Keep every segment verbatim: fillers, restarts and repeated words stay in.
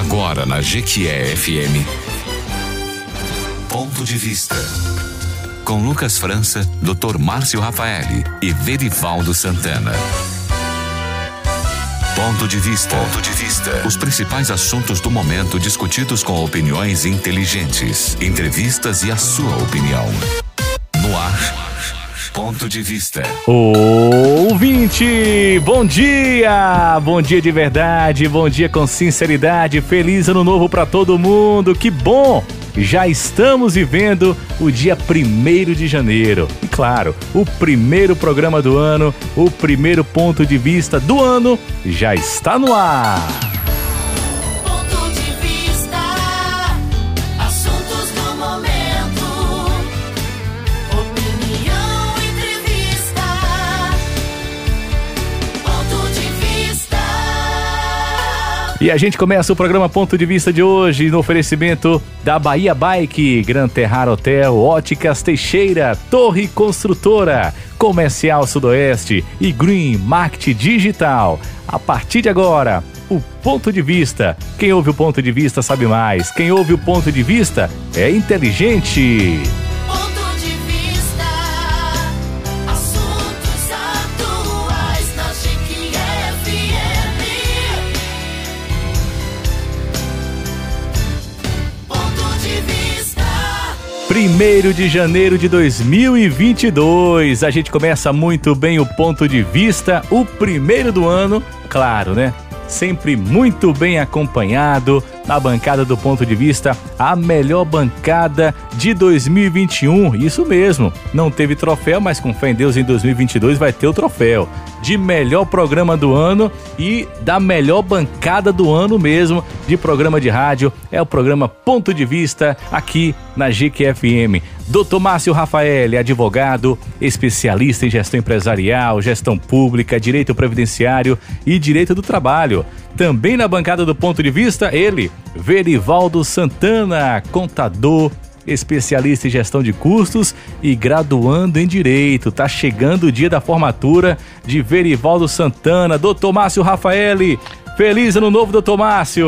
Agora na Jequié F M. Ponto de Vista. Com Lucas França, doutor Márcio Rafaeli e Verivaldo Santana. Ponto de Vista. Ponto de Vista. Os principais assuntos do momento discutidos com opiniões inteligentes. Entrevistas e a sua opinião. No ar. Ponto de Vista. Ouvinte, bom dia! Bom dia de verdade, bom dia com sinceridade, feliz ano novo pra todo mundo, que bom! Já estamos vivendo o dia primeiro de janeiro. E claro, o primeiro programa do ano, o primeiro ponto de vista do ano já está no ar. Ponto de vista, assuntos do momento, opinião, entrevista, ponto de vista. E a gente começa o programa Ponto de Vista de hoje no oferecimento da Bahia Bike, Gran Terrar Hotel, Óticas Teixeira, Torre Construtora, Comercial Sudoeste e Green Market Digital. A partir de agora, o Ponto de Vista. Quem ouve o Ponto de Vista sabe mais. Quem ouve o Ponto de Vista é inteligente. Ponto de vista, assuntos atuais na Jequié F M. Ponto de vista. primeiro de janeiro de dois mil e vinte e dois. A gente começa muito bem o Ponto de Vista, o primeiro do ano, claro, né? Sempre muito bem acompanhado na bancada do Ponto de Vista, a melhor bancada de dois mil e vinte e um, isso mesmo, não teve troféu, mas com fé em Deus em dois mil e vinte e dois vai ter o troféu de melhor programa do ano e da melhor bancada do ano mesmo de programa de rádio, é o programa Ponto de Vista aqui na Jequié F M. doutor Márcio Rafaeli, advogado, especialista em gestão empresarial, gestão pública, direito previdenciário e direito do trabalho. Também na bancada do Ponto de Vista, ele, Verivaldo Santana, contador, especialista em gestão de custos e graduando em Direito. Tá chegando o dia da formatura de Verivaldo Santana. doutor Márcio Rafaeli, feliz ano novo, doutor Márcio!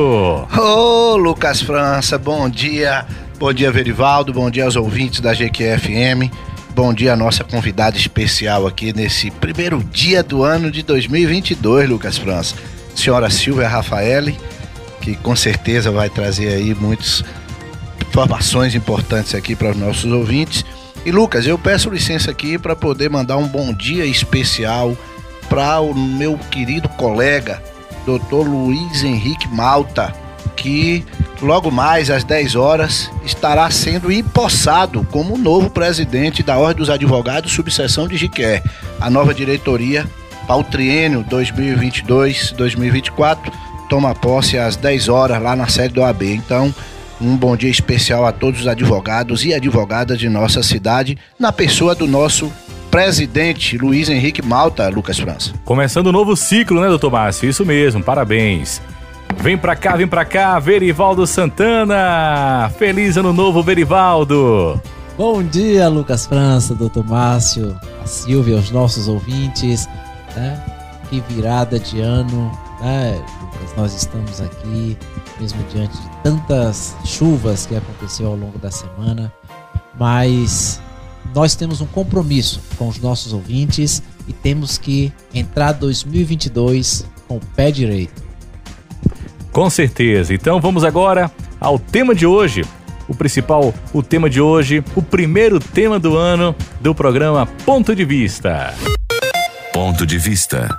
Ô, Lucas França, bom dia. Bom dia, Verivaldo, bom dia aos ouvintes da Jequié F M. Bom dia à nossa convidada especial aqui nesse primeiro dia do ano de dois mil e vinte e dois, Lucas França. Senhora Silvia Rafaeli, que com certeza vai trazer aí muitas informações importantes aqui para os nossos ouvintes. E Lucas, eu peço licença aqui para poder mandar um bom dia especial para o meu querido colega, doutor Luiz Henrique Malta, que logo mais às dez horas estará sendo empossado como novo presidente da Ordem dos Advogados, subseção de Jequié. A nova diretoria para o triênio dois mil e vinte e dois a dois mil e vinte e quatro toma posse às dez horas lá na sede do O A B. Então, um bom dia especial a todos os advogados e advogadas de nossa cidade, na pessoa do nosso presidente Luiz Henrique Malta, Lucas França. Começando um novo ciclo, né, doutor Márcio? Isso mesmo, parabéns. Vem pra cá, vem pra cá, Verivaldo Santana. Feliz ano novo, Verivaldo. Bom dia, Lucas França, doutor Márcio, a Silvia, os nossos ouvintes, né? Que virada de ano, né, Lucas? Nós estamos aqui, mesmo diante de tantas chuvas que aconteceu ao longo da semana, mas nós temos um compromisso com os nossos ouvintes e temos que entrar dois mil e vinte e dois com o pé direito. Com certeza. Então vamos agora ao tema de hoje. O principal, o tema de hoje, o primeiro tema do ano do programa Ponto de Vista. Ponto de Vista.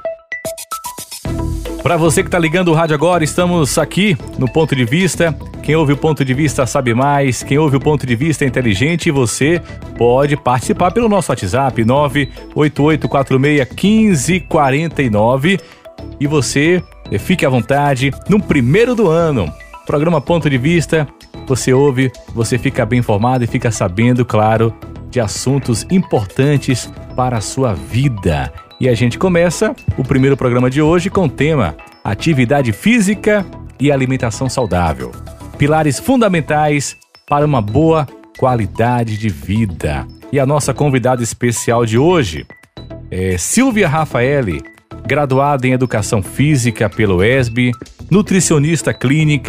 Para você que está ligando o rádio agora, estamos aqui no Ponto de Vista. Quem ouve o Ponto de Vista sabe mais. Quem ouve o Ponto de Vista é inteligente e você pode participar pelo nosso WhatsApp nove oito oito quatro seis um cinco quatro nove. E você, fique à vontade, no primeiro do ano. Programa Ponto de Vista, você ouve, você fica bem informado e fica sabendo, claro, de assuntos importantes para a sua vida. E a gente começa o primeiro programa de hoje com o tema Atividade Física e Alimentação Saudável. Pilares fundamentais para uma boa qualidade de vida. E a nossa convidada especial de hoje é Silvia Rafaeli, graduada em Educação Física pelo E S B, nutricionista clínica,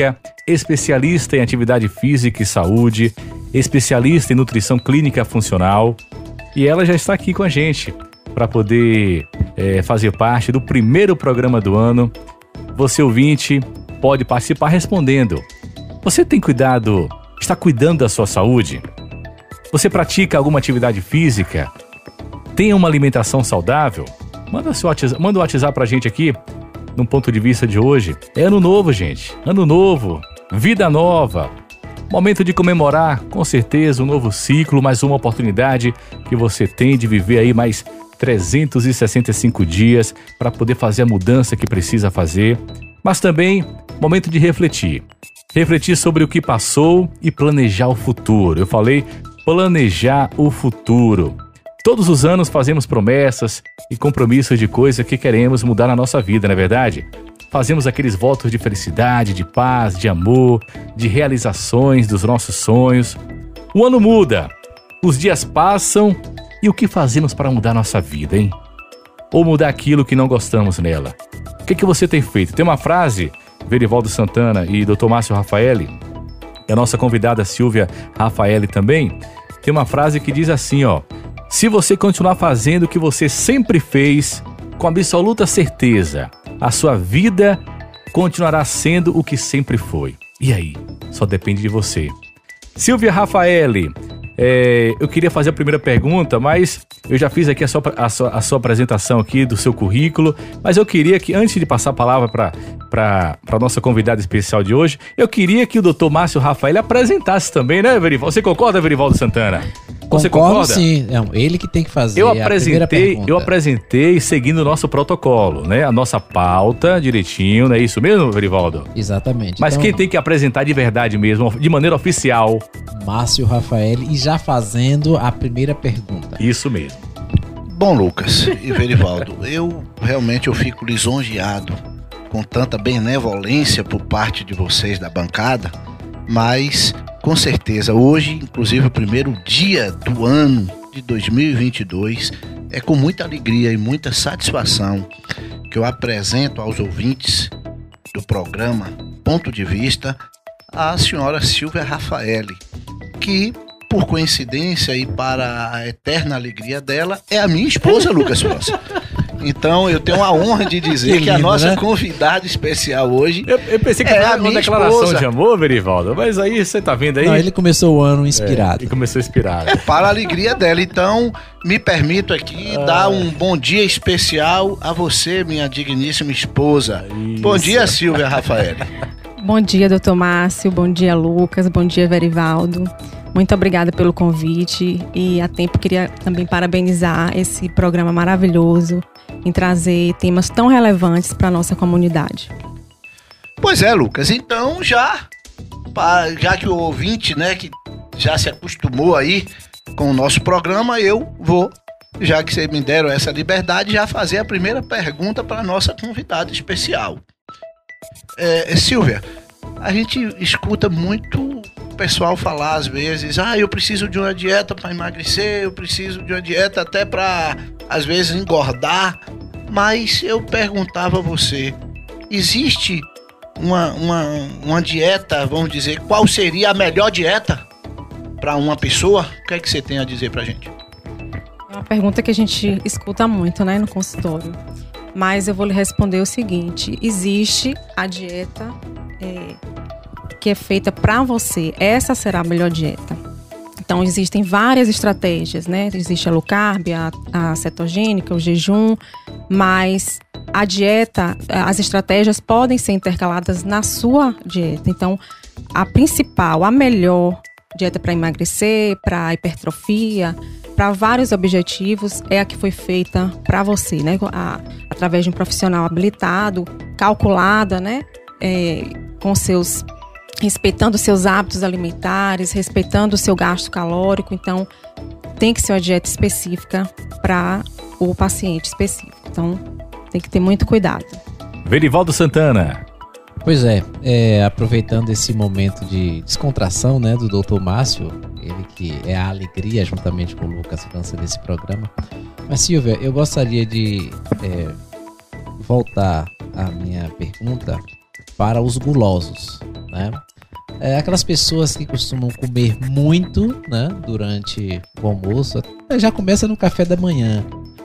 especialista em atividade física e saúde, especialista em nutrição clínica funcional, e ela já está aqui com a gente para poder é, fazer parte do primeiro programa do ano. Você, ouvinte, pode participar respondendo. Você tem cuidado, está cuidando da sua saúde? Você pratica alguma atividade física? Tem uma alimentação saudável? Manda, seu, manda um WhatsApp pra gente aqui, no ponto de vista de hoje. É ano novo, gente. Ano novo, vida nova. Momento de comemorar, com certeza, um novo ciclo, mais uma oportunidade que você tem de viver aí mais trezentos e sessenta e cinco dias para poder fazer a mudança que precisa fazer. Mas também, momento de refletir. Refletir sobre o que passou e planejar o futuro. Eu falei planejar o futuro. Todos os anos fazemos promessas e compromissos de coisas que queremos mudar na nossa vida, não é verdade? Fazemos aqueles votos de felicidade, de paz, de amor, de realizações dos nossos sonhos. O ano muda, os dias passam e o que fazemos para mudar nossa vida, hein? Ou mudar aquilo que não gostamos nela? O que, que você tem feito? Tem uma frase, Verivaldo Santana e doutor Márcio Rafaeli, e a nossa convidada Silvia Rafaeli também, tem uma frase que diz assim, ó: se você continuar fazendo o que você sempre fez, com absoluta certeza, a sua vida continuará sendo o que sempre foi. E aí? Só depende de você. Silvia Rafaeli, é, eu queria fazer a primeira pergunta, mas eu já fiz aqui a sua, a, sua, a sua apresentação aqui do seu currículo, mas eu queria que, antes de passar a palavra para a nossa convidada especial de hoje, eu queria que o doutor Márcio Rafaeli apresentasse também, né, Verivaldo? Você concorda, Verivaldo Santana? Você Concordo, concorda? Sim, não, ele que tem que fazer Eu a primeira apresentei, pergunta. eu apresentei seguindo o nosso protocolo, né? A nossa pauta direitinho, não é isso mesmo, Verivaldo? Exatamente. Mas Então, quem tem que apresentar de verdade mesmo, de maneira oficial, Márcio Rafaeli, e já fazendo a primeira pergunta. isso mesmo. Bom, Lucas e Verivaldo, eu realmente eu fico lisonjeado com tanta benevolência por parte de vocês da bancada, mas com certeza hoje, inclusive o primeiro dia do ano de dois mil e vinte e dois, é com muita alegria e muita satisfação que eu apresento aos ouvintes do programa Ponto de Vista a senhora Silvia Rafaeli, que por coincidência e para a eterna alegria dela, é a minha esposa, Lucas França. Então eu tenho a honra de dizer que, Que que a lindo, nossa né? convidada especial hoje Eu, eu pensei que É, era a uma minha declaração esposa. de amor, Verivaldo, mas aí você tá vendo aí? Não, ele começou o ano É, inspirado. e começou inspirado. é para a alegria dela. Então me permito aqui dar um bom dia especial a você, minha digníssima esposa. Isso. Bom dia, Silvia Rafaeli. Bom dia, doutor Márcio. Bom dia, Lucas. Bom dia, Verivaldo. Muito obrigada pelo convite e a tempo queria também parabenizar esse programa maravilhoso em trazer temas tão relevantes para a nossa comunidade. Pois é, Lucas. Então já, pa- já que o ouvinte, né, que já se acostumou aí com o nosso programa, eu vou, já que vocês me deram essa liberdade, já fazer a primeira pergunta para a nossa convidada especial. É, Silvia, a gente escuta muito o pessoal falar às vezes, ah, eu preciso de uma dieta para emagrecer, eu preciso de uma dieta até para, às vezes, engordar. Mas eu perguntava a você, existe uma, uma, uma dieta, vamos dizer, qual seria a melhor dieta para uma pessoa? O que é que você tem a dizer pra gente? É uma pergunta que a gente escuta muito, né, no consultório. Mas eu vou lhe responder o seguinte: existe a dieta é, que é feita para você. Essa será a melhor dieta. Então, existem várias estratégias, né? Existe a low carb, a, a cetogênica, o jejum, mas a dieta, as estratégias podem ser intercaladas na sua dieta. Então, a principal, a melhor dieta para emagrecer, para hipertrofia, para vários objetivos, é a que foi feita para você, né? A, através de um profissional habilitado, calculada, né? É, com seus... respeitando seus hábitos alimentares, respeitando o seu gasto calórico. Então, tem que ser uma dieta específica para o paciente específico. Então, tem que ter muito cuidado. Verivaldo Santana. Pois é, é, aproveitando esse momento de descontração, né, do doutor Márcio, ele que é a alegria juntamente com o Lucas França desse programa. Mas, Silvia, eu gostaria de é, voltar a minha pergunta para os gulosos, né? é, aquelas pessoas que costumam comer muito, né, durante o almoço, já começa no café da manhã.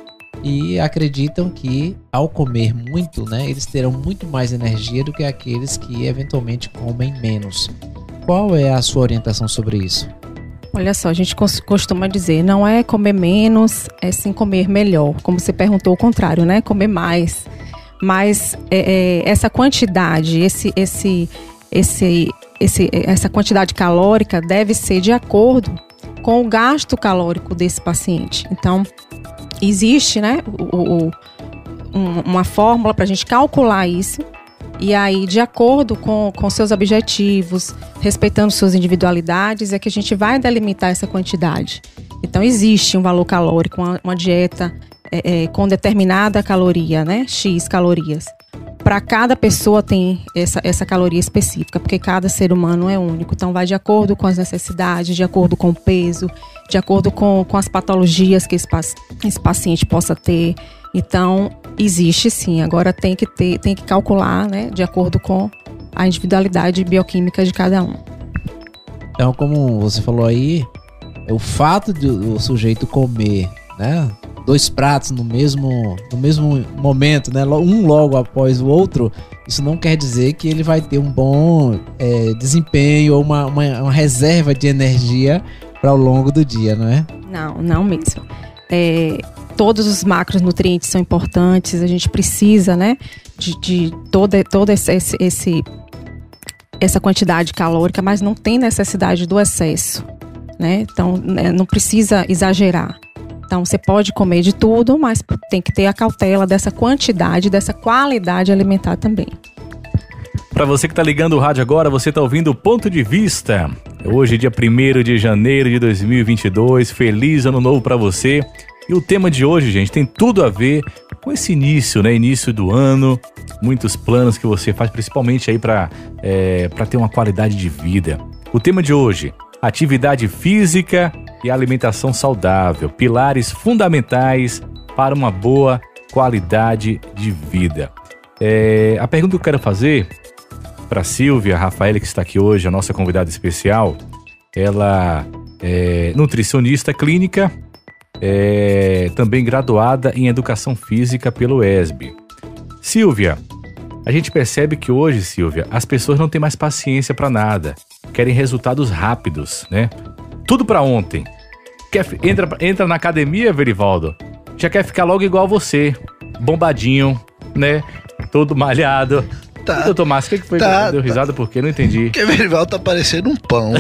E acreditam que ao comer muito, né, eles terão muito mais energia do que aqueles que eventualmente comem menos. Qual é a sua orientação sobre isso? Olha só, a gente cos- costuma dizer, não é comer menos, é sim comer melhor. Como você perguntou, o contrário, né? Comer mais. Mas é, é, essa quantidade, esse, esse, esse, esse, essa quantidade calórica deve ser de acordo com o gasto calórico desse paciente. Então, existe, né, o, o, um- uma fórmula para a gente calcular isso. E aí, de acordo com, com seus objetivos, respeitando suas individualidades, é que a gente vai delimitar essa quantidade. Então, existe um valor calórico, uma, uma dieta é, é, com determinada caloria, né? X calorias. Para cada pessoa tem essa, essa caloria específica, porque cada ser humano é único. Então, vai de acordo com as necessidades, de acordo com o peso, de acordo com, com as patologias que esse, paci- esse paciente possa ter. Então, existe sim. Agora tem que ter, tem que calcular, né, de acordo com a individualidade bioquímica de cada um. Então, como você falou aí, o fato de o sujeito comer, né, dois pratos no mesmo, no mesmo momento, né, um logo após o outro, isso não quer dizer que ele vai ter um bom é, desempenho ou uma, uma, uma reserva de energia para o longo do dia, não é? Não, não mesmo. É, todos os macronutrientes são importantes, a gente precisa, né, de, de toda, toda esse, esse, esse- essa quantidade calórica, mas não tem necessidade do excesso, né? Então, né, não precisa exagerar. Então, você pode comer de tudo, mas tem que ter a cautela dessa quantidade, dessa qualidade alimentar também. Para você que tá ligando o rádio agora, você tá ouvindo o Ponto de Vista. Hoje, dia primeiro de janeiro de dois mil e vinte e dois. Feliz ano novo para você. E o tema de hoje, gente, tem tudo a ver com esse início, né? Início do ano. Muitos planos que você faz, principalmente aí para é, para ter uma qualidade de vida. O tema de hoje, atividade física e alimentação saudável. Pilares fundamentais para uma boa qualidade de vida. É, a pergunta que eu quero fazer para Silvia Rafaela, que está aqui hoje, a nossa convidada especial, ela é nutricionista clínica, é também graduada em Educação Física pelo E S B. Silvia, a gente percebe que hoje, Silvia, as pessoas não têm mais paciência para nada, querem resultados rápidos, né? Tudo para ontem. Quer, entra, entra na academia, Verivaldo, já quer ficar logo igual você, bombadinho, né? Todo malhado. Tá. E, doutor Márcio, o que, que foi Tá, que deu risada? Por quê? Não entendi. Porque Verivaldo tá parecendo um pão.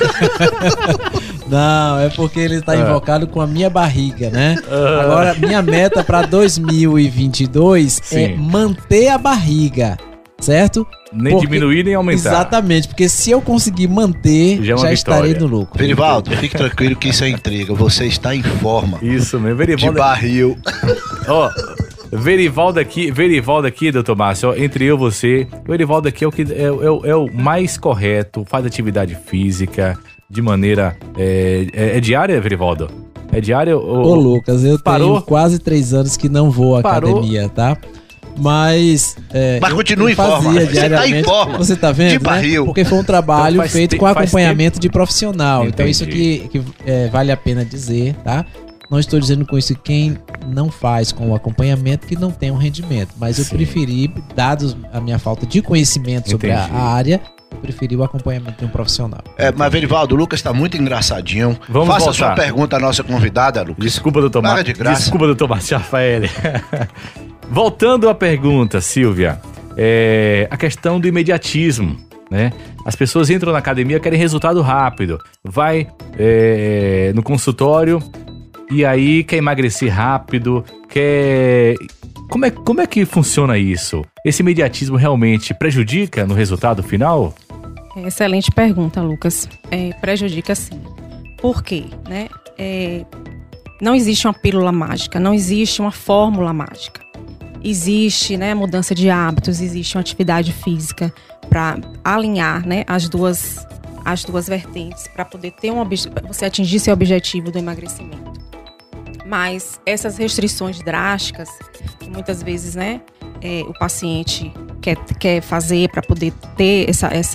Não, é porque ele está Ah. invocado com a minha barriga, né? Agora, minha meta para dois mil e vinte e dois é Sim. manter a barriga, certo? Nem Porque- diminuir, nem aumentar. Exatamente, porque se eu conseguir manter, Já é já, uma estarei vitória. no lucro. Verivaldo, fique tranquilo que isso é intriga. Você está em forma. Isso mesmo. De Verivaldo, barril. ó, Verivaldo aqui, Verivaldo aqui, doutor Márcio, ó, entre eu e você, o Verivaldo aqui é o, que, é, o- é o- é o mais correto, faz atividade física de maneira... É, é, é diária, Verivaldo? É diária ou... Ô, Lucas, eu Parou? tenho quase três anos que não vou à Parou? academia, tá? Mas. É, Mas eu- continua eu em forma. fazia Você tá em diariamente. forma. Você tá vendo? De né? barril. Porque foi um trabalho Então faz feito te- com faz acompanhamento de profissional. Então, isso Entendi. que, que é, vale a pena dizer, tá? Não estou dizendo com isso que quem não faz com o acompanhamento que não tem um rendimento. Mas eu Sim. preferi, dados a minha falta de conhecimento sobre a, Entendi. a área, eu preferi o acompanhamento de um profissional. É, mas Verivaldo, o Lucas tá muito engraçadinho. Vamos Faça voltar. sua pergunta à nossa convidada, Lucas. Desculpa, doutor Para Márcio. de graça. Desculpa, doutor Márcio Rafael. Voltando à pergunta, Silvia, é, a questão do imediatismo, né? As pessoas entram na academia, querem resultado rápido. Vai é, no consultório e aí quer emagrecer rápido, quer... Como é, como é que funciona isso? Esse imediatismo realmente prejudica no resultado final? Excelente pergunta, Lucas. É, prejudica sim. Por quê? Né? É, não existe uma pílula mágica, não existe uma fórmula mágica. Existe, né, mudança de hábitos, existe uma atividade física para alinhar, né, as duas, as duas vertentes, para poder ter um obje- você atingir seu objetivo do emagrecimento. Mas essas restrições drásticas, que muitas vezes, né, é, o paciente quer, quer fazer para poder ter essa, essa,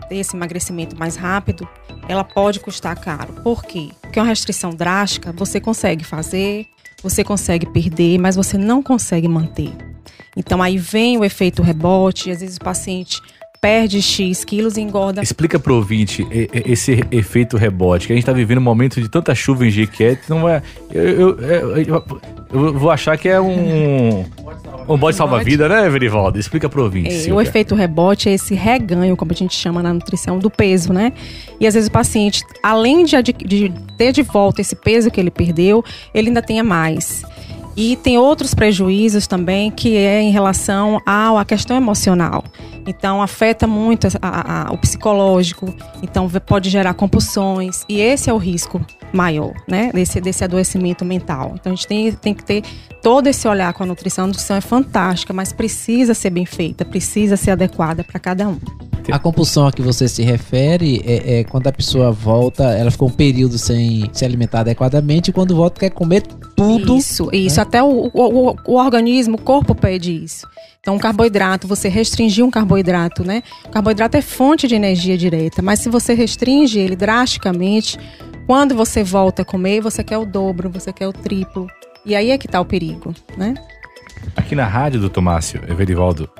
ter esse emagrecimento mais rápido, ela pode custar caro. Por quê? Porque uma restrição drástica você consegue fazer, você consegue perder, mas você não consegue manter. Então aí vem o efeito rebote, às vezes o paciente perde X quilos e engorda. Explica pro ouvinte e- e- esse efeito rebote, que a gente tá vivendo um momento de tanta chuva em Jequié, não é... Eu, eu, eu- eu- eu vou achar que é um... Um bode salva-vida, né, Verivaldo? Explica pro ouvinte, É, o Silvia. efeito rebote é esse reganho, como a gente chama na nutrição, do peso, né? E às vezes o paciente, além de, adqu- de ter de volta esse peso que ele perdeu, ele ainda tenha mais. E tem outros prejuízos também, que é em relação à, à questão emocional. Então, afeta muito a- a- a- o psicológico, então v- pode gerar compulsões. E esse é o risco maior, né? Desse, desse adoecimento mental. Então, a gente tem, tem que ter todo esse olhar com a nutrição. A nutrição é fantástica, mas precisa ser bem feita, precisa ser adequada para cada um. A compulsão a que você se refere é, é quando a pessoa volta, ela ficou um período sem se alimentar adequadamente e quando volta quer comer tudo. Isso, isso. Até o, o, o, o organismo, o corpo pede isso. Então, o carboidrato, você restringir um carboidrato, né? O carboidrato é fonte de energia direta, mas se você restringe ele drasticamente, quando você volta a comer, você quer o dobro, você quer o triplo. E aí é que tá o perigo, né? Aqui na rádio, doutor Márcio, Verivaldo,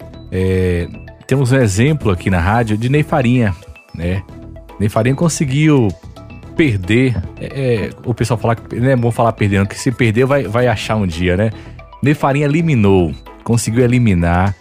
é, temos um exemplo aqui na rádio de Ney Farinha, né? Ney Farinha conseguiu perder, é, é, o pessoal fala que não é bom falar perdendo, que se perder vai, vai achar um dia, né? Ney Farinha eliminou, conseguiu eliminar,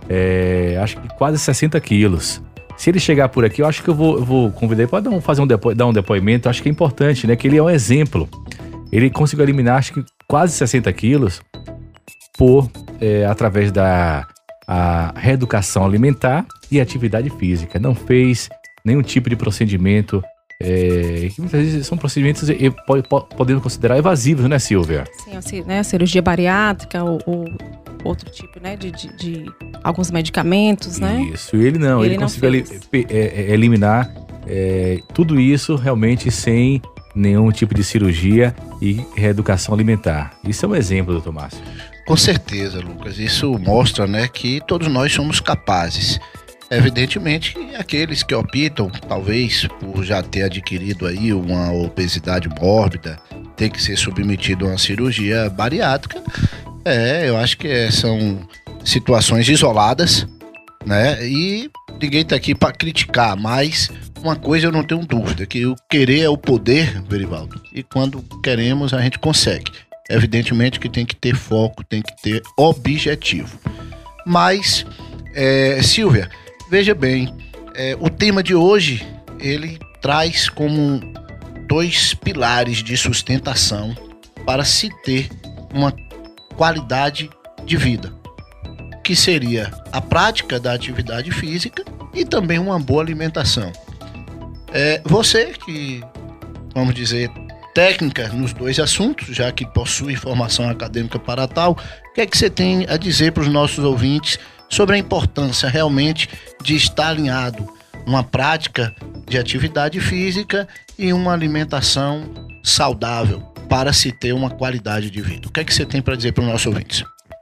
é, acho que quase sessenta quilos. Se ele chegar por aqui, eu acho que eu vou, eu vou convidar ele para dar um, fazer um, depo, dar um depoimento, eu acho que é importante, né? Que ele é um exemplo. Ele conseguiu eliminar, acho que quase sessenta quilos por, é, através da a reeducação alimentar e atividade física. Não fez nenhum tipo de procedimento, é, que muitas vezes são procedimentos e, po- po- podendo considerar evasivos, né, Silvia? Sim, a ci- né, a cirurgia bariátrica ou, ou outro tipo, né, de, de, de alguns medicamentos, né? Isso, e ele não, ele, Ele não conseguiu eli- fez. pe- é, é, eliminar é, tudo isso realmente sem nenhum tipo de cirurgia e reeducação alimentar. Isso é um exemplo, doutor Márcio. Com certeza, Lucas. Isso mostra, né, que todos nós somos capazes. Evidentemente que aqueles que optam, talvez por já ter adquirido aí uma obesidade mórbida, tem que ser submetido a uma cirurgia bariátrica. É, eu acho que é, são situações isoladas, né? E ninguém tá aqui para criticar, mas uma coisa eu não tenho dúvida, que o querer é o poder, Verivaldo. E quando queremos, a gente consegue. Evidentemente que tem que ter foco, tem que ter objetivo. Mas, é, Silvia, veja bem, é, o tema de hoje, ele traz como dois pilares de sustentação para se ter uma qualidade de vida, que seria a prática da atividade física e também uma boa alimentação. É, você que, vamos dizer, técnica nos dois assuntos, já que possui formação acadêmica para tal, o que é que você tem a dizer para os nossos ouvintes sobre a importância realmente de estar alinhado uma prática de atividade física e uma alimentação saudável para se ter uma qualidade de vida? O que é que você tem para dizer para os nossos ouvintes?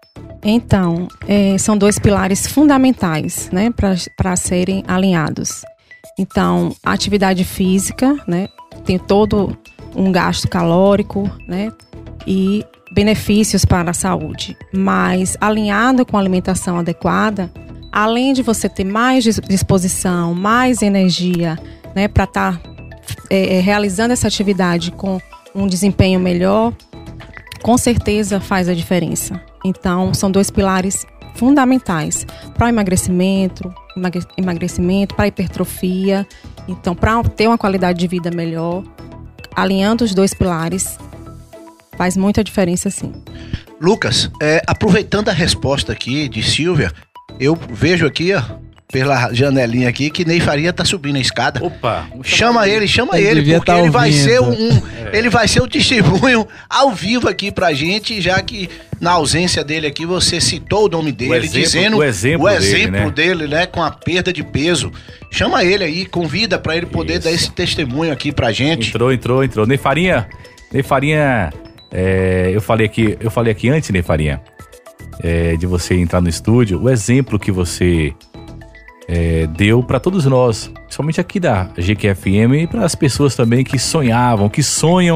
Então, é, são dois pilares fundamentais, né, para serem alinhados. Então, a atividade física, né, tem todo um gasto calórico, né, e benefícios para a saúde. Mas, alinhado com a alimentação adequada, além de você ter mais dis- disposição, mais energia, né, para estar é, é, realizando essa atividade com um desempenho melhor, com certeza faz a diferença. Então, são dois pilares fundamentais para o emagrecimento, emagre- emagrecimento, para a hipertrofia. Então, para ter uma qualidade de vida melhor, alinhando os dois pilares, faz muita diferença, sim. Lucas, é, aproveitando a resposta aqui de Silvia, eu vejo aqui, ó, pela janelinha aqui, que Ney Farinha tá subindo a escada. Opa! Chama ele, chama Ele ele, devia porque tá ele vai ouvindo. ser um, um- ele vai ser o testemunho ao vivo aqui pra gente, já que na ausência dele aqui você citou o nome dele, exemplo- dizendo o exemplo o dele, exemplo né? dele, né, com a perda de peso. Chama ele aí, convida pra ele poder Isso. dar esse testemunho aqui pra gente. Entrou, entrou, entrou. Ney Farinha, Ney Farinha, é, eu falei aqui, eu falei aqui antes, Ney Farinha, é, de você entrar no estúdio, o exemplo que você é, deu para todos nós, principalmente aqui da G Q F M e para as pessoas também que sonhavam, que sonham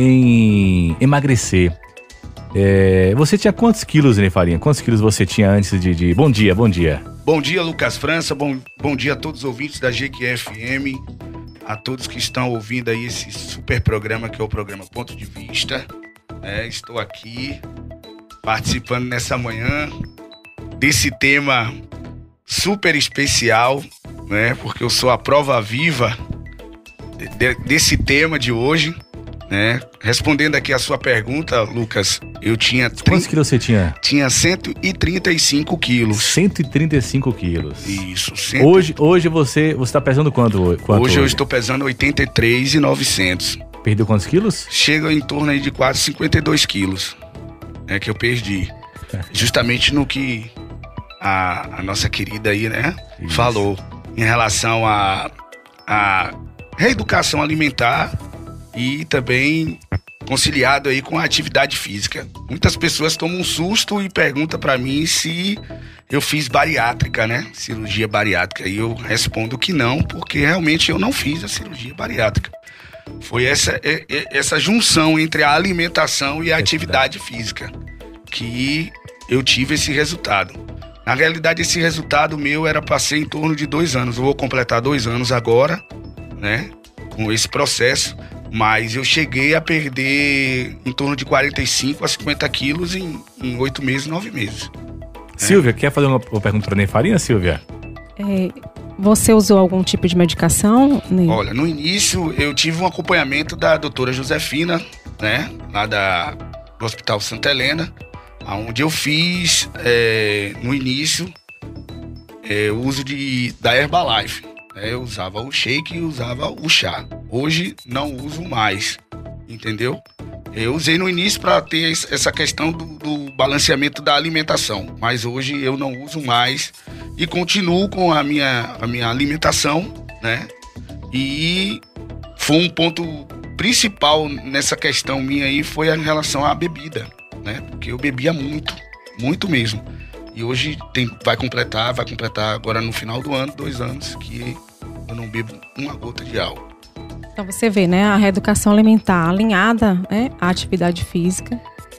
em emagrecer. É, você tinha quantos quilos, Ney Farinha? Quantos quilos você tinha antes de, de... Bom dia, bom dia. Bom dia, Lucas França. Bom, bom dia a todos os ouvintes da G Q F M, a todos que estão ouvindo aí esse super programa que é o programa Ponto de Vista. É, estou aqui participando nessa manhã desse tema super especial, né? Porque eu sou a prova viva de, desse tema de hoje, né? Respondendo aqui a sua pergunta, Lucas, eu tinha... Quantos quilos você tinha? Tinha cento e trinta e cinco quilos. cento e trinta e cinco quilos. Isso. cem... Hoje, hoje você você está pesando quanto, quanto hoje? Hoje eu estou pesando oitenta e três mil e novecentos. Perdeu quantos quilos? Chega em torno aí de quase cinquenta e dois quilos. É que eu perdi. Justamente no que a, a nossa querida aí, né, Isso. falou. Em relação a, a reeducação alimentar e também conciliado aí com a atividade física. Muitas pessoas tomam um susto e perguntam pra mim se eu fiz bariátrica, né? Cirurgia bariátrica. E eu respondo que não, porque realmente eu não fiz a cirurgia bariátrica. Foi essa, essa junção entre a alimentação e a atividade física que eu tive esse resultado. Na realidade, esse resultado meu era para ser em torno de dois anos. Eu vou completar dois anos agora, né? Com esse processo. Mas eu cheguei a perder em torno de quarenta e cinco a cinquenta quilos em oito meses, nove meses. Silvia, é. quer fazer uma, uma pergunta para a Ney Farinha, Silvia? É, você usou algum tipo de medicação, Ney? Olha, no início eu tive um acompanhamento da doutora Josefina, né? Lá da, do Hospital Santa Helena, onde eu fiz, é, no início, é, o uso de, da Herbalife. Eu usava o shake e usava o chá. Hoje não uso mais, entendeu? Eu usei no início para ter essa questão do, do balanceamento da alimentação, mas hoje eu não uso mais e continuo com a minha, a minha alimentação, né? E foi um ponto principal nessa questão minha aí foi em relação à bebida, né? Porque eu bebia muito, muito mesmo. E hoje tem, vai completar, vai completar agora no final do ano, dois anos, que eu não bebo uma gota de álcool. Então você vê, né, a reeducação alimentar alinhada, né, à atividade física,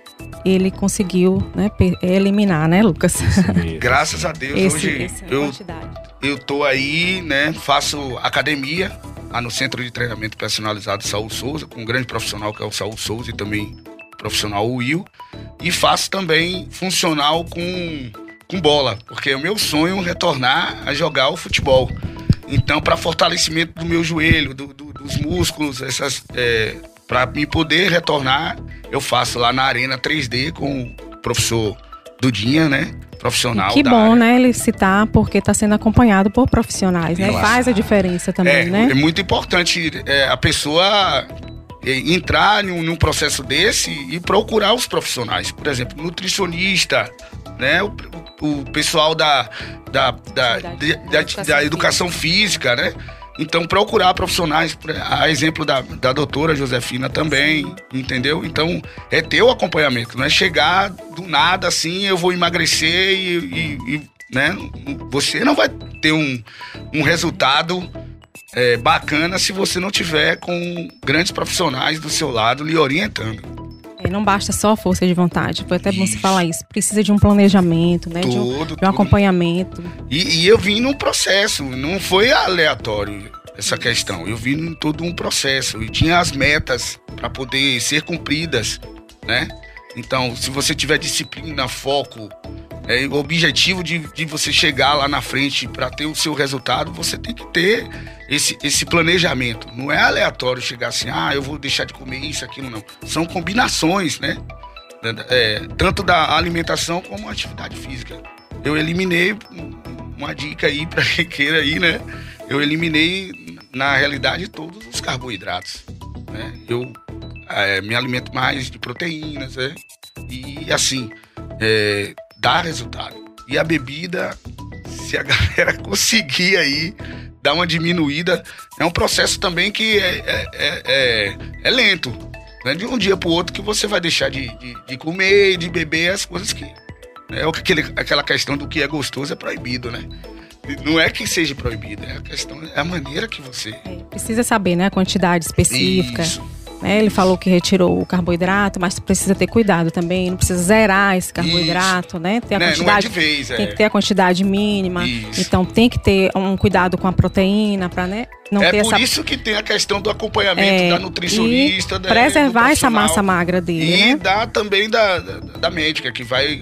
ele conseguiu, né, eliminar, né, Lucas? Graças a Deus, Esse, hoje essa eu, quantidade. eu tô aí, né, faço academia lá no Centro de Treinamento Personalizado Saul Souza, com um grande profissional que é o Saul Souza e também o profissional Will, e faço também funcional com, com bola, porque é o meu sonho retornar a jogar o futebol. Então, para fortalecimento do meu joelho, do, do, dos músculos, essas, é, para me poder retornar, eu faço lá na Arena três D com o professor Dudinha, né? Profissional. E que da bom, área. né, ele citar, porque está sendo acompanhado por profissionais, né? Claro. Faz a diferença também, é, né? É muito importante é, a pessoa é, entrar num, num processo desse e procurar os profissionais. Por exemplo, nutricionista, né? O, o pessoal da, da, da, da, da, da educação física, né? Então, procurar profissionais, a exemplo da, da doutora Josefina também, entendeu? Então, é ter o acompanhamento, não é chegar do nada assim, eu vou emagrecer e, e, e né? Você não vai ter um, um resultado é, bacana se você não tiver com grandes profissionais do seu lado lhe orientando. É, não basta só força de vontade, foi até Isso. bom você falar isso. Precisa de um planejamento, né? Tudo, de um, de um tudo. acompanhamento. E, e eu vim num processo, não foi aleatório essa questão. Eu vim em todo um processo e tinha as metas para poder ser cumpridas, né? Então, se você tiver disciplina, foco, é, o objetivo de, de você chegar lá na frente para ter o seu resultado, você tem que ter esse, esse planejamento. Não é aleatório chegar assim, ah, eu vou deixar de comer isso, aquilo, não. São combinações, né? É, tanto da alimentação como a atividade física. Eu eliminei, uma dica aí para quem queira aí, né? Eu eliminei, na realidade, todos os carboidratos, né? Eu é, me alimento mais de proteínas, né? E assim, é, dá resultado. E a bebida, se a galera conseguir aí dar uma diminuída, é um processo também que é, é, é, é, é lento. Não é de um dia para o outro que você vai deixar de, de, de comer e de beber as coisas que... É aquele, aquela questão do que é gostoso é proibido, né? Não é que seja proibido, é a questão, é a maneira que você... É, precisa saber, né, a quantidade específica. Isso. Né? Ele falou que retirou o carboidrato, mas precisa ter cuidado também. Não precisa zerar esse carboidrato, né? Tem a Né, quantidade, não é de vez, é. tem que ter a quantidade mínima. Isso. Então tem que ter um cuidado com a proteína para, né, não é ter por essa isso que tem a questão do acompanhamento É, da nutricionista, e da, preservar do essa profissional. massa magra dele, E né? dá também da, da, da médica, que vai...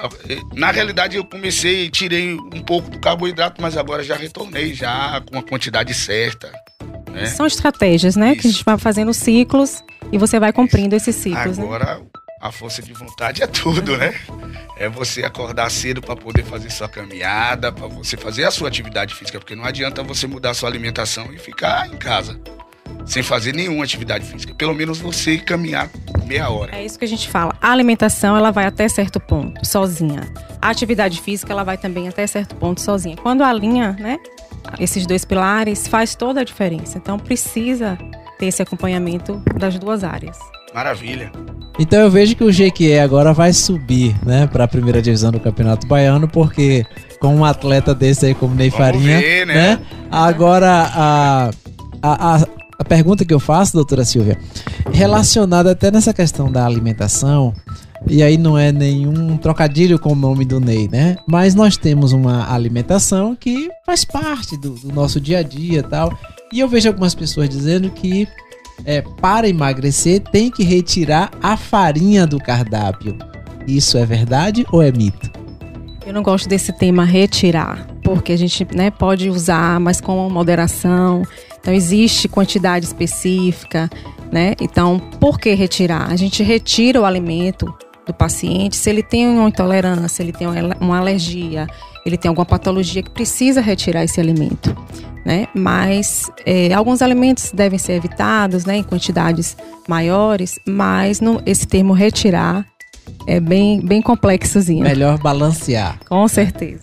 Na realidade, eu comecei e tirei um pouco do carboidrato, mas agora já retornei, já com a quantidade certa. Né? São estratégias, né? Que a gente vai fazendo ciclos e você vai cumprindo esses ciclos, né? Agora, a força de vontade é tudo, né? É você acordar cedo para poder fazer sua caminhada, para você fazer a sua atividade física, porque não adianta você mudar a sua alimentação e ficar em casa sem fazer nenhuma atividade física. Pelo menos você caminhar meia hora. É isso que a gente fala. A alimentação, ela vai até certo ponto, sozinha. A atividade física, ela vai também até certo ponto, sozinha. Quando alinha, né, esses dois pilares, faz toda a diferença. Então, precisa ter esse acompanhamento das duas áreas. Maravilha. Então eu vejo que o G Q E agora vai subir, né, para a primeira divisão do Campeonato Baiano, porque com um atleta desse aí como Ney Vamos Farinha, ver, né? né? Agora a, a, a, a pergunta que eu faço, doutora Silvia, relacionada até nessa questão da alimentação, e aí não é nenhum trocadilho com o nome do Ney, né? Mas nós temos uma alimentação que faz parte do, do nosso dia a dia e tal. E eu vejo algumas pessoas dizendo que é, para emagrecer tem que retirar a farinha do cardápio. Isso é verdade ou é mito? Eu não gosto desse tema retirar, porque a gente, né, pode usar, mas com moderação. Então, existe quantidade específica, né? Então, por que retirar? A gente retira o alimento do paciente se ele tem uma intolerância, se ele tem uma alergia, ele tem alguma patologia que precisa retirar esse alimento, né? Mas é, alguns alimentos devem ser evitados, né, em quantidades maiores, mas no, esse termo retirar é bem, bem complexozinho. Melhor balancear. Com certeza.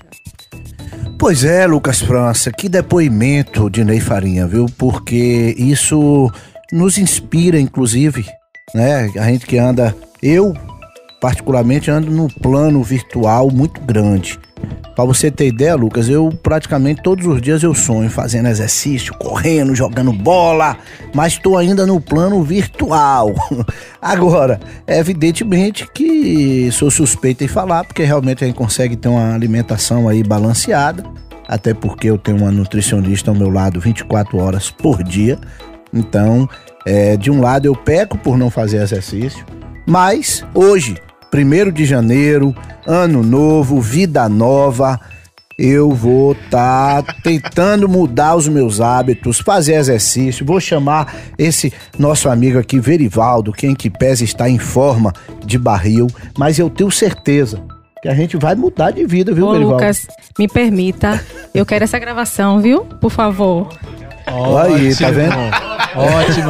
Pois é, Lucas França, que depoimento de Ney Farinha, viu? Porque isso nos inspira, inclusive, né? A gente que anda, eu particularmente ando num plano virtual muito grande. Pra você ter ideia, Lucas, eu praticamente todos os dias eu sonho fazendo exercício, correndo, jogando bola, mas estou ainda no plano virtual. Agora, é evidentemente que sou suspeito em falar, porque realmente a gente consegue ter uma alimentação aí balanceada, até porque eu tenho uma nutricionista ao meu lado vinte e quatro horas por dia. Então, é, de um lado eu peco por não fazer exercício, mas hoje, primeiro de janeiro, ano novo, vida nova, eu vou estar tá tentando mudar os meus hábitos, fazer exercício. Vou chamar esse nosso amigo aqui, Verivaldo, que em que pese está em forma de barril, mas eu tenho certeza que a gente vai mudar de vida, viu, Ô, Verivaldo? Lucas, me permita, eu quero essa gravação, viu? Por favor. Olha aí, tá vendo? Ótimo.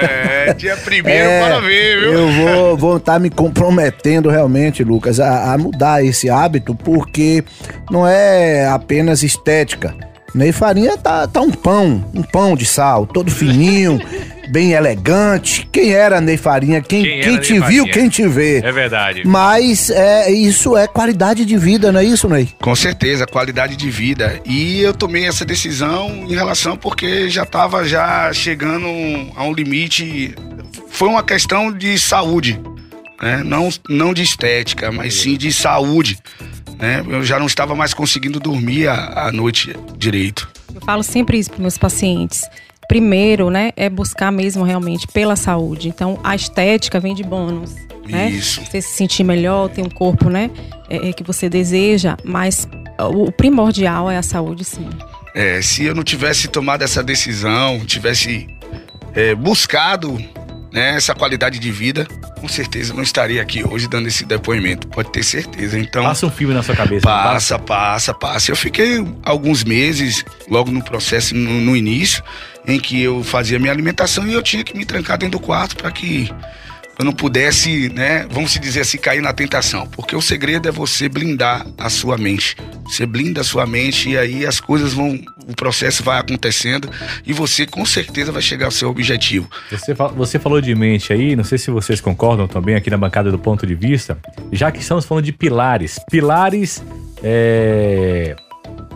É, dia primeiro, É, bora ver, viu? Eu vou vou estar me comprometendo realmente, Lucas, a, a mudar esse hábito, porque não é apenas estética. Ney Farinha tá, tá um pão, um pão de sal, todo fininho, bem elegante. Quem era Ney Farinha? Quem, Quem quem, era te Ney viu, Farinha? quem te vê. É verdade. Mas é, isso é qualidade de vida, não é isso, Ney? Com certeza, qualidade de vida. E eu tomei essa decisão em relação porque já estava já chegando a um limite. Foi uma questão de saúde, né? Não, não de estética, mas sim de saúde, né? Eu já não estava mais conseguindo dormir a, a noite direito. Eu falo sempre isso para meus pacientes. Primeiro, né, é buscar mesmo realmente pela saúde. Então, a estética vem de bônus, né? Isso. Você se sentir melhor, ter um corpo, né, é, é, que você deseja, mas o primordial é a saúde, sim. É, se eu não tivesse tomado essa decisão, tivesse é, buscado, né, essa qualidade de vida, com certeza eu não estaria aqui hoje dando esse depoimento, pode ter certeza. Então, Passa um filme na sua cabeça. passa, passa, passa. Eu fiquei alguns meses, logo no processo, no, no início, em que eu fazia minha alimentação e eu tinha que me trancar dentro do quarto para que eu não pudesse, né, vamos se dizer assim, cair na tentação. Porque o segredo é você blindar a sua mente. Você blinda a sua mente e aí as coisas vão, o processo vai acontecendo e você com certeza vai chegar ao seu objetivo. Você, fal- você falou de mente aí, não sei se vocês concordam também aqui na bancada do Ponto de Vista, já que estamos falando de pilares. Pilares é,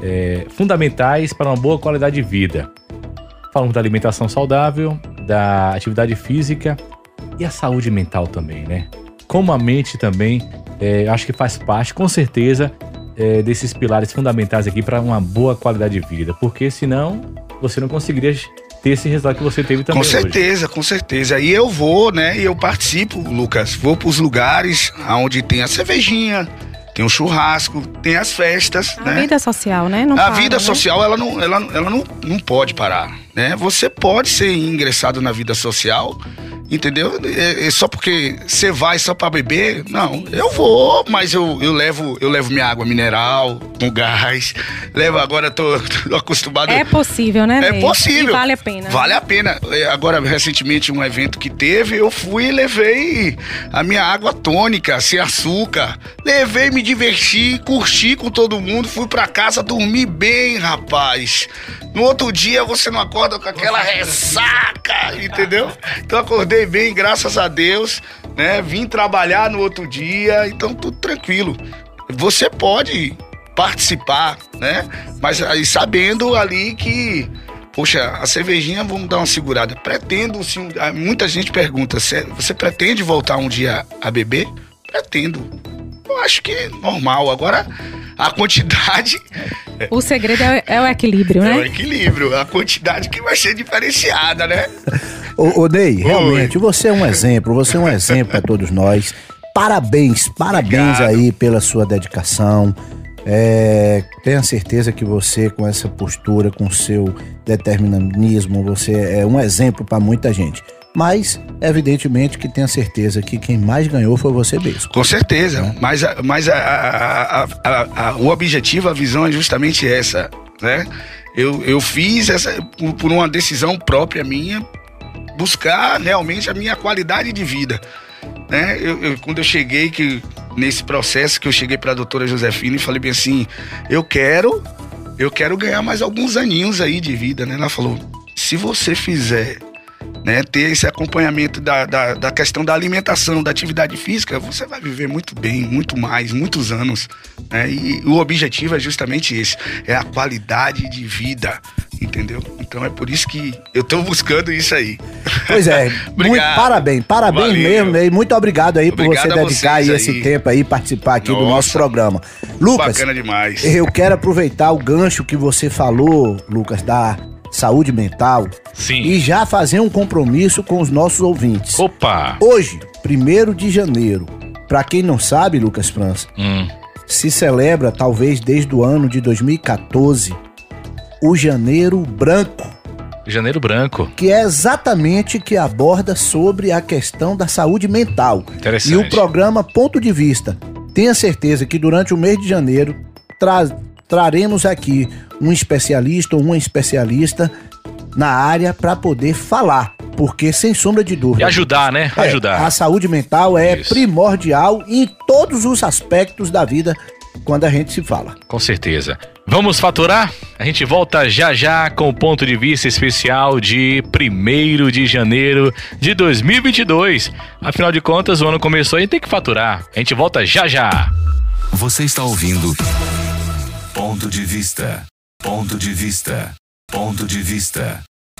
é, fundamentais para uma boa qualidade de vida. Falamos da alimentação saudável, da atividade física e a saúde mental também, né? Como a mente também, é, acho que faz parte, com certeza, é, desses pilares fundamentais aqui para uma boa qualidade de vida. Porque senão você não conseguiria ter esse resultado que você teve também Com certeza, hoje. com certeza. E eu vou, né? E eu participo, Lucas. Vou pros lugares onde tem a cervejinha, tem o churrasco, tem as festas, A né? vida social, né? Não a para, vida né? social, ela, não, ela, ela não, não pode parar, né? Você pode ser ingressado na vida social, entendeu? É, é só porque você vai só pra beber? Não, eu vou, mas eu, eu, levo, eu levo minha água mineral, com gás, levo agora, tô, tô acostumado... É possível, né, É Ney? possível. E vale a pena. Vale a pena. É, agora, recentemente, um evento que teve, eu fui e levei a minha água tônica, sem açúcar. Levei, me diverti, curti com todo mundo, fui pra casa dormir bem, rapaz. No outro dia, você não acorda com aquela ressaca, entendeu? Então, acordei bem, graças a Deus, né? Vim trabalhar no outro dia, então tudo tranquilo. Você pode participar, né? Mas aí sabendo ali que, poxa, a cervejinha, vamos dar uma segurada. Pretendo, sim, muita gente pergunta, você pretende voltar um dia a beber? Pretendo. Eu acho que é normal. Agora, a quantidade... O segredo é, é o equilíbrio, É né? o equilíbrio, a quantidade que vai ser diferenciada, né? Ô, ô Ney, realmente, você é um exemplo, você é um exemplo para todos nós. Parabéns, parabéns Obrigado. aí pela sua dedicação. É, tenha certeza que você, com essa postura, com seu determinismo, você é um exemplo para muita gente. Mas, evidentemente, que tenha certeza que quem mais ganhou foi você mesmo. Com certeza, mas, a- mas a, a- a- a- a- o objetivo, a visão é justamente essa, né? Eu, eu fiz essa por, por uma decisão própria minha, buscar realmente a minha qualidade de vida, né? Eu, eu- quando eu cheguei, que, nesse processo que eu cheguei para a doutora Josefina e falei bem assim, eu quero, eu quero ganhar mais alguns aninhos aí de vida, né? Ela falou, se você fizer... Né, ter esse acompanhamento da, da, da questão da alimentação, da atividade física, você vai viver muito bem, muito mais, muitos anos, né? E o objetivo é justamente esse, é a qualidade de vida, entendeu? Então é por isso que eu tô buscando isso aí. Pois é, muito, Obrigado. parabéns, parabéns Valeu. mesmo, Ney. Muito obrigado aí por Obrigado você a dedicar aí vocês esse aí. tempo aí, participar aqui do Nossa. nosso programa. Lucas, Bacana demais. eu quero aproveitar o gancho que você falou, Lucas, da saúde mental Sim. e já fazer um compromisso com os nossos ouvintes. Opa! Hoje, primeiro de janeiro, pra quem não sabe, Lucas França, Hum. se celebra, talvez desde o ano de dois mil e quatorze, o Janeiro Branco, Janeiro Branco. que é exatamente que aborda sobre a questão da saúde mental. Interessante. E o programa Ponto de Vista. Tenha certeza que durante o mês de janeiro tra- traremos aqui um especialista ou uma especialista na área para poder falar. Porque, sem sombra de dúvida, E ajudar, né? é, Ajudar. a saúde mental é Isso. primordial em todos os aspectos da vida quando a gente se fala. Com certeza. Vamos faturar? A gente volta já já com o ponto de vista especial de primeiro de janeiro de dois mil e vinte e dois. Afinal de contas, o ano começou e a gente tem que faturar. A gente volta já já. Você está ouvindo Ponto de Vista. Ponto de Vista. Ponto de Vista.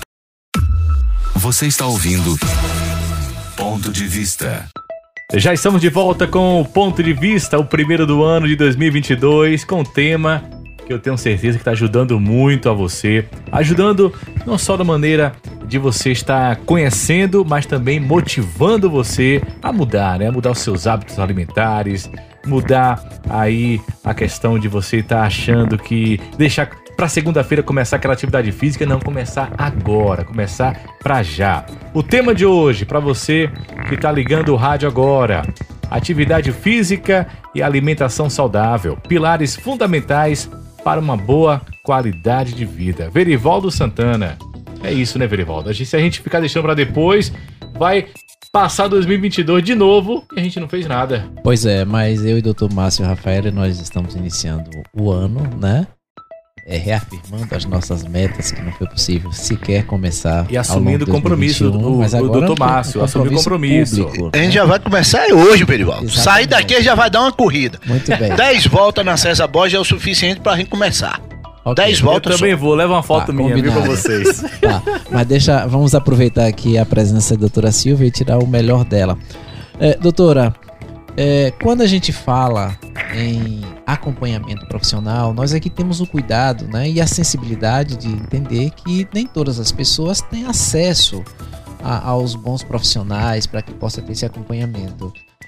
Você está ouvindo Ponto de Vista. Já estamos de volta com o ponto de vista, o primeiro do ano de dois mil e vinte e dois, com um tema que eu tenho certeza que está ajudando muito a você, ajudando não só da maneira de você estar conhecendo, mas também motivando você a mudar, né? Mudar os seus hábitos alimentares, mudar aí a questão de você estar achando que deixar para segunda-feira começar aquela atividade física, não, começar agora, começar pra já. O tema de hoje, para você que tá ligando o rádio agora, atividade física e alimentação saudável, pilares fundamentais para uma boa qualidade de vida. Verivaldo Santana. É isso, né, Verivaldo? A gente- Se a gente ficar deixando para depois, vai passar dois mil e vinte e dois de novo e a gente não fez nada. Pois é, mas eu e doutor Márcio Rafael, nós estamos iniciando o ano, né? É, reafirmando as nossas metas, que não foi possível sequer começar. E ao assumindo longo de o compromisso, dois mil e vinte e um, o- mas o agora doutor um Márcio, assumiu o compromisso. público, A gente né? já vai começar hoje, Berivaldo. Exatamente. Sair daqui já vai dar uma corrida. Muito bem. Dez voltas na César Borges é o suficiente pra gente começar. Ok. dez Eu voltas também só. vou, leva uma foto Tá, minha, viu, pra combinado. vocês. Tá, mas deixa, vamos aproveitar aqui a presença da doutora Silvia e tirar o melhor dela. É, doutora, é, quando a gente fala em acompanhamento profissional, nós aqui temos o cuidado, né, e a sensibilidade de entender que nem todas as pessoas têm acesso a- aos bons profissionais para que possa ter esse acompanhamento.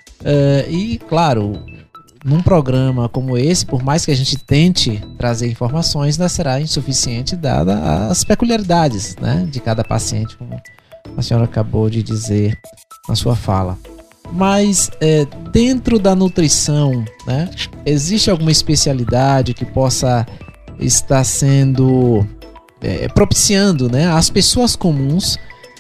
É, e, claro, num programa como esse, por mais que a gente tente trazer informações, ainda será insuficiente dada as peculiaridades, né, de cada paciente, como a senhora acabou de dizer na sua fala. Mas é, dentro da nutrição, né, existe alguma especialidade que possa estar sendo é, propiciando, né, às pessoas comuns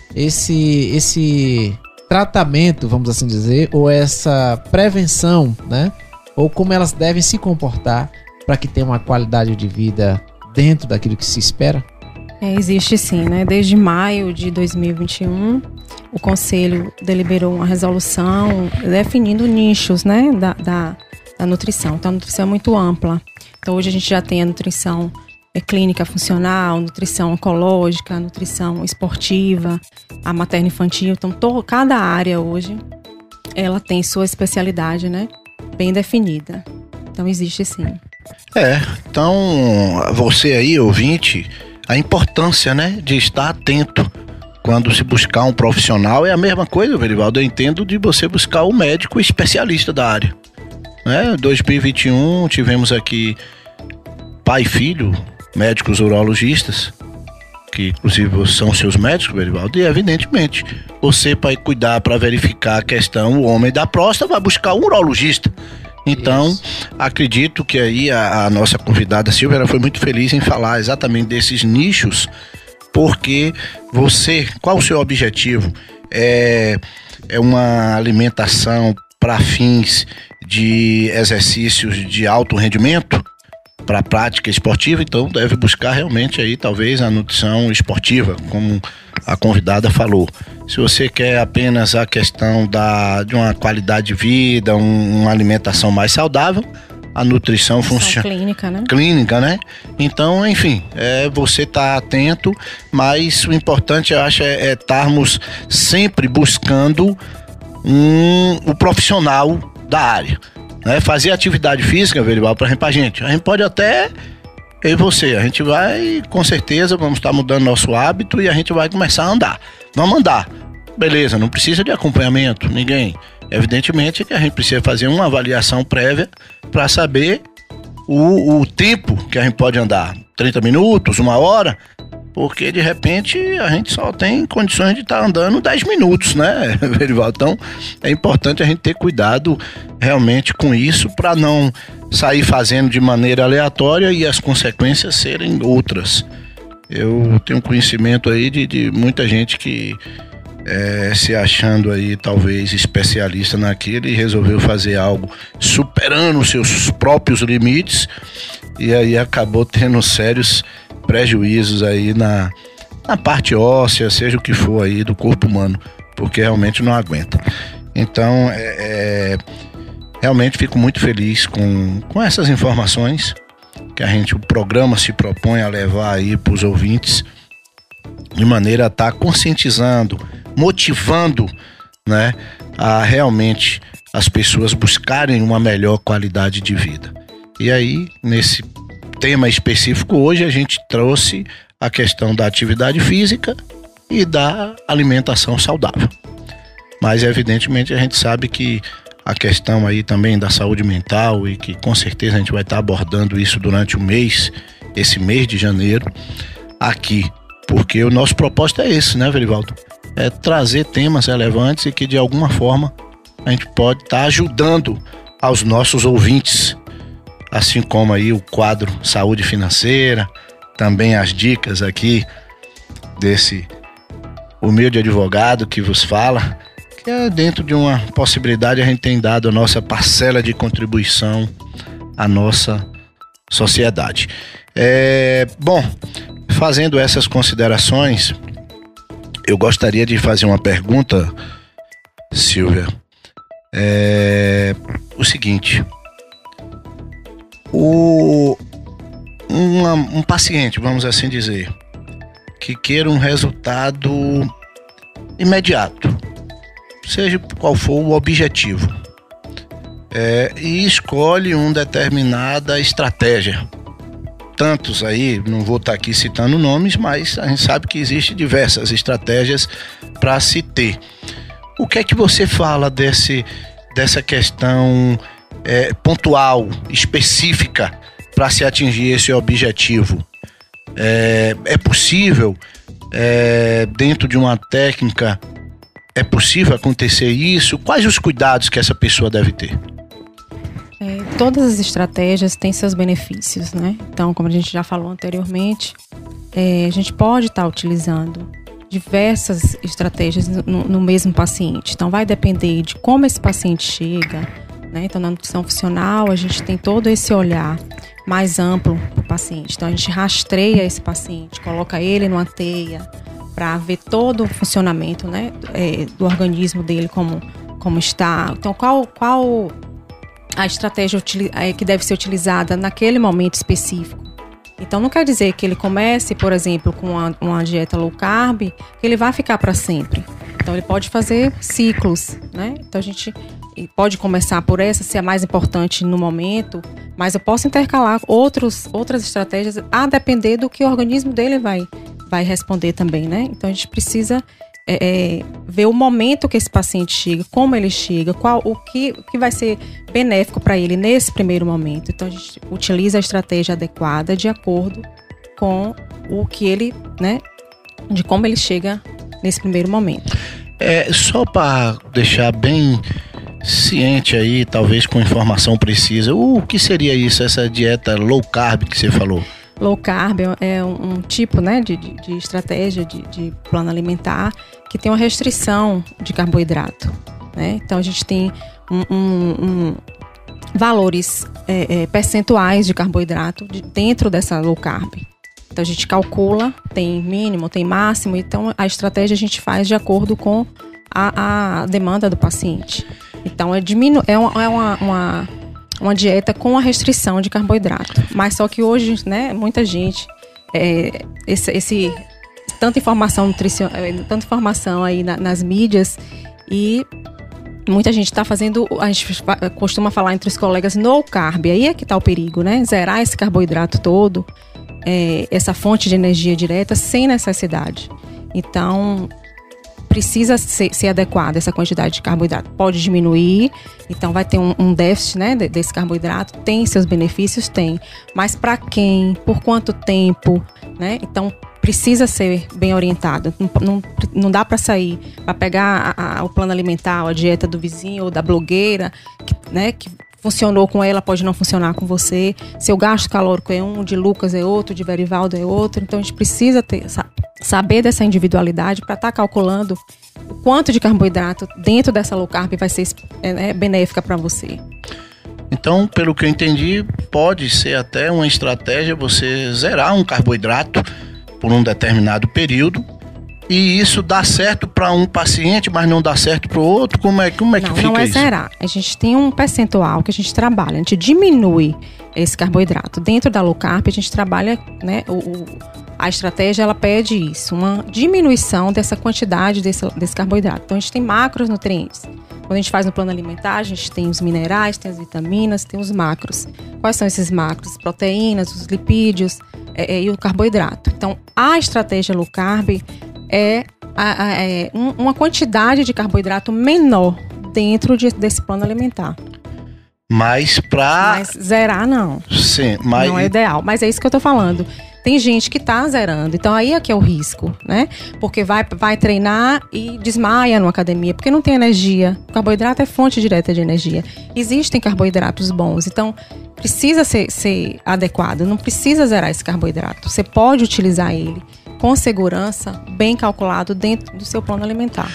esse, esse tratamento, vamos assim dizer, ou essa prevenção, né, ou como elas devem se comportar para que tenham uma qualidade de vida dentro daquilo que se espera? É, existe sim, né? Desde maio de dois mil e vinte e um, o Conselho deliberou uma resolução definindo nichos, né, da, da, da nutrição. Então, a nutrição é muito ampla. Então, hoje a gente já tem a nutrição é, clínica funcional, nutrição oncológica, nutrição esportiva, a materno-infantil. Então, to, cada área hoje, ela tem sua especialidade, né, bem definida. Então, existe sim. É, então você aí, ouvinte, a importância, né, de estar atento quando se buscar um profissional é a mesma coisa, Verivaldo, eu entendo, de você buscar o médico especialista da área. Né? dois mil e vinte e um tivemos aqui pai e filho, médicos urologistas, que inclusive são seus médicos, Verivaldo, e evidentemente você para cuidar, para verificar a questão, o homem da próstata vai buscar um urologista. Então, Isso. acredito que aí a, a nossa convidada Silvia ela foi muito feliz em falar exatamente desses nichos, porque você, qual o seu objetivo? É, é uma alimentação para fins de exercícios de alto rendimento, para prática esportiva, então deve buscar realmente aí talvez a nutrição esportiva, como a convidada falou. Se você quer apenas a questão da, de uma qualidade de vida, um, uma alimentação mais saudável, a nutrição Nutrição funciona. clínica, né? Clínica, né? Então, enfim, é você estar atento, mas o importante, eu acho, é estarmos sempre buscando um, o profissional da área. Né? Fazer atividade física, Verivaldo, pra, pra gente. A gente pode até, eu e você, a gente vai, com certeza, vamos estar mudando nosso hábito e a gente vai começar a andar. Vamos andar. Beleza, não precisa de acompanhamento, ninguém. Evidentemente que a gente precisa fazer uma avaliação prévia para saber o, o tempo que a gente pode andar. trinta minutos, uma hora, porque de repente a gente só tem condições de estar andando dez minutos, né, Verivaldo? Então é importante a gente ter cuidado realmente com isso para não sair fazendo de maneira aleatória e as consequências serem outras. Eu tenho conhecimento aí de, de muita gente que é, se achando aí talvez especialista naquilo e resolveu fazer algo superando os seus próprios limites e aí acabou tendo sérios prejuízos aí na, na parte óssea, seja o que for aí do corpo humano, porque realmente não aguenta. Então, é, é, realmente fico muito feliz com, com essas informações que a gente, o programa se propõe a levar aí para os ouvintes, de maneira a estar conscientizando, motivando, né, a realmente as pessoas buscarem uma melhor qualidade de vida. E aí, nesse tema específico hoje, a gente trouxe a questão da atividade física e da alimentação saudável. Mas, evidentemente, a gente sabe que a questão aí também da saúde mental e que com certeza a gente vai estar abordando isso durante o mês, esse mês de janeiro, aqui. Porque o nosso propósito é esse, né, Verivaldo? É trazer temas relevantes e que de alguma forma a gente pode estar ajudando aos nossos ouvintes, assim como aí o quadro Saúde Financeira, também as dicas aqui desse humilde advogado que vos fala, que é dentro de uma possibilidade a gente tem dado a nossa parcela de contribuição à nossa sociedade. É, bom, fazendo essas considerações, eu gostaria de fazer uma pergunta, Silvia. É o seguinte, o, uma- um paciente, vamos assim dizer, que queira um resultado imediato, seja qual for o objetivo, é, e escolhe uma determinada estratégia. Tantos aí, não vou estar aqui citando nomes, mas a gente sabe que existem diversas estratégias para se ter. O que é que você fala desse, dessa questão é, pontual, específica, para se atingir esse objetivo? É, é possível, é, dentro de uma técnica, é possível acontecer isso? Quais os cuidados que essa pessoa deve ter? É, todas as estratégias têm seus benefícios, né? Então, como a gente já falou anteriormente, é, a gente pode estar utilizando diversas estratégias no, no mesmo paciente. Então, vai depender de como esse paciente chega, né? Então, na nutrição funcional, a gente tem todo esse olhar mais amplo para o paciente. Então, a gente rastreia esse paciente, coloca ele numa teia para ver todo o funcionamento, né, é, do organismo dele, como, como está. Então, qual, qual a estratégia utili- é, que deve ser utilizada naquele momento específico. Então, não quer dizer que ele comece, por exemplo, com uma, uma dieta low carb, que ele vai ficar para sempre. Então, ele pode fazer ciclos, né? Então, a gente pode começar por essa, se é mais importante no momento, mas eu posso intercalar outros, outras estratégias a depender do que o organismo dele vai, vai responder também, né? Então, a gente precisa é, é, ver o momento que esse paciente chega, como ele chega, qual, o, que, o que vai ser benéfico para ele nesse primeiro momento. Então, a gente utiliza a estratégia adequada de acordo com o que ele, né, de como ele chega nesse primeiro momento. É, só para deixar bem ciente aí, talvez com informação precisa, o que seria isso, essa dieta low carb que você falou? Low carb é um, um tipo, né, de, de, de estratégia de, de plano alimentar que tem uma restrição de carboidrato, né? Então a gente tem um, um, um valores é, é, percentuais de carboidrato de, dentro dessa low carb. Então a gente calcula, tem mínimo, tem máximo, então a estratégia a gente faz de acordo com a, a demanda do paciente. Então é, diminu- é, uma, é uma, uma, uma dieta com a restrição de carboidrato. Mas só que hoje, né, muita gente, é, esse, esse, tanta informação nutricional, tanta informação aí na, nas mídias, e muita gente está fazendo, a gente costuma falar entre os colegas, no carb. Aí é que está o perigo, né? Zerar esse carboidrato todo, é, essa fonte de energia direta, sem necessidade. Então, precisa ser, ser adequada essa quantidade de carboidrato. Pode diminuir, então vai ter um, um déficit, né, desse carboidrato. Tem seus benefícios? Tem. Mas para quem? Por quanto tempo? Né? Então, precisa ser bem orientado. Não, não, não dá para sair, para pegar a, a, o plano alimentar, a dieta do vizinho ou da blogueira, que, né, que funcionou com ela, pode não funcionar com você. Seu gasto calórico é um, de Lucas é outro, de Verivaldo é outro. Então, a gente precisa ter, saber dessa individualidade para estar tá calculando o quanto de carboidrato dentro dessa low carb vai ser é, benéfica para você. Então, pelo que eu entendi, pode ser até uma estratégia você zerar um carboidrato por um determinado período, e isso dá certo para um paciente, mas não dá certo para o outro. Como é, como é que não, fica não é isso? zerar. A gente tem um percentual que a gente trabalha, a gente diminui esse carboidrato. Dentro da low carb, a gente trabalha, né, o, o, a estratégia, ela pede isso, uma diminuição dessa quantidade desse, desse carboidrato. Então, a gente tem macronutrientes. Quando a gente faz no plano alimentar, a gente tem os minerais, tem as vitaminas, tem os macros. Quais são esses macros? Proteínas, os lipídios é, é, e o carboidrato. Então, a estratégia low carb é, a, a, é um, uma quantidade de carboidrato menor dentro de, desse plano alimentar. Mas para... Mas zerar, não. Sim, mas... Não é ideal. Mas é isso que eu tô falando. Tem gente que tá zerando, então aí é que é o risco, né? Porque vai, vai treinar e desmaia numa academia, porque não tem energia. O carboidrato é fonte direta de energia. Existem carboidratos bons, então precisa ser, ser adequado, não precisa zerar esse carboidrato. Você pode utilizar ele com segurança, bem calculado dentro do seu plano alimentar.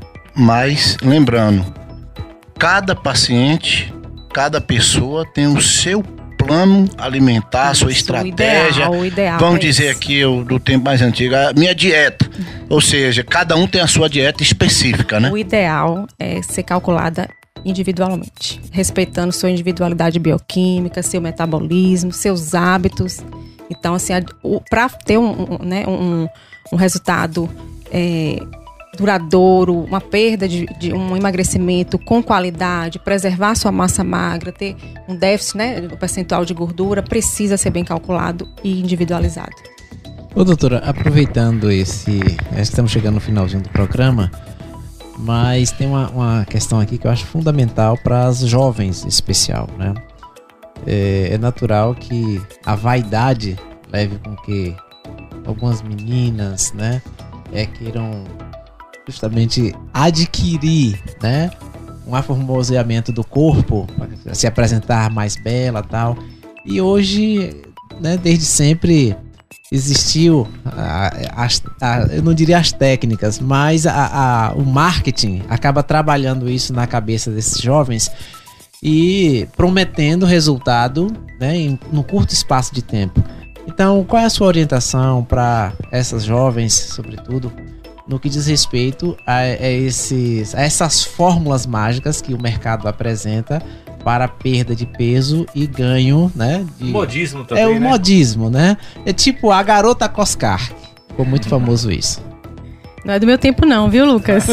Mas, lembrando, cada paciente, cada pessoa tem o seu plano alimentar, a sua Isso, estratégia. O ideal, o ideal Vamos é dizer isso. aqui, eu, do tempo mais antigo, a minha dieta. Ou seja, cada um tem a sua dieta específica, né? O ideal é ser calculada individualmente, respeitando sua individualidade bioquímica, seu metabolismo, seus hábitos. Então, assim, para ter um, um, né, um, um resultado é, duradouro, uma perda de, de um emagrecimento com qualidade, preservar sua massa magra, ter um déficit, né, do percentual de gordura, precisa ser bem calculado e individualizado. Ô, doutora, aproveitando esse... Estamos chegando no finalzinho do programa, mas tem uma, uma questão aqui que eu acho fundamental para as jovens em especial, né? É, é natural que a vaidade leve com que algumas meninas, né, é, queiram justamente adquirir, né, um aformoseamento do corpo, para se apresentar mais bela e tal. E hoje, né, desde sempre existiu, a, a, a, eu não diria as técnicas, mas a, a, o marketing acaba trabalhando isso na cabeça desses jovens e prometendo resultado, né, em um curto espaço de tempo. Então, qual é a sua orientação para essas jovens, sobretudo, no que diz respeito a, a, esses, a essas fórmulas mágicas que o mercado apresenta para perda de peso e ganho, né? De... Modismo também, É o né? modismo, né? É tipo a garota Coscar. Ficou muito famoso isso. Não é do meu tempo não, viu, Lucas?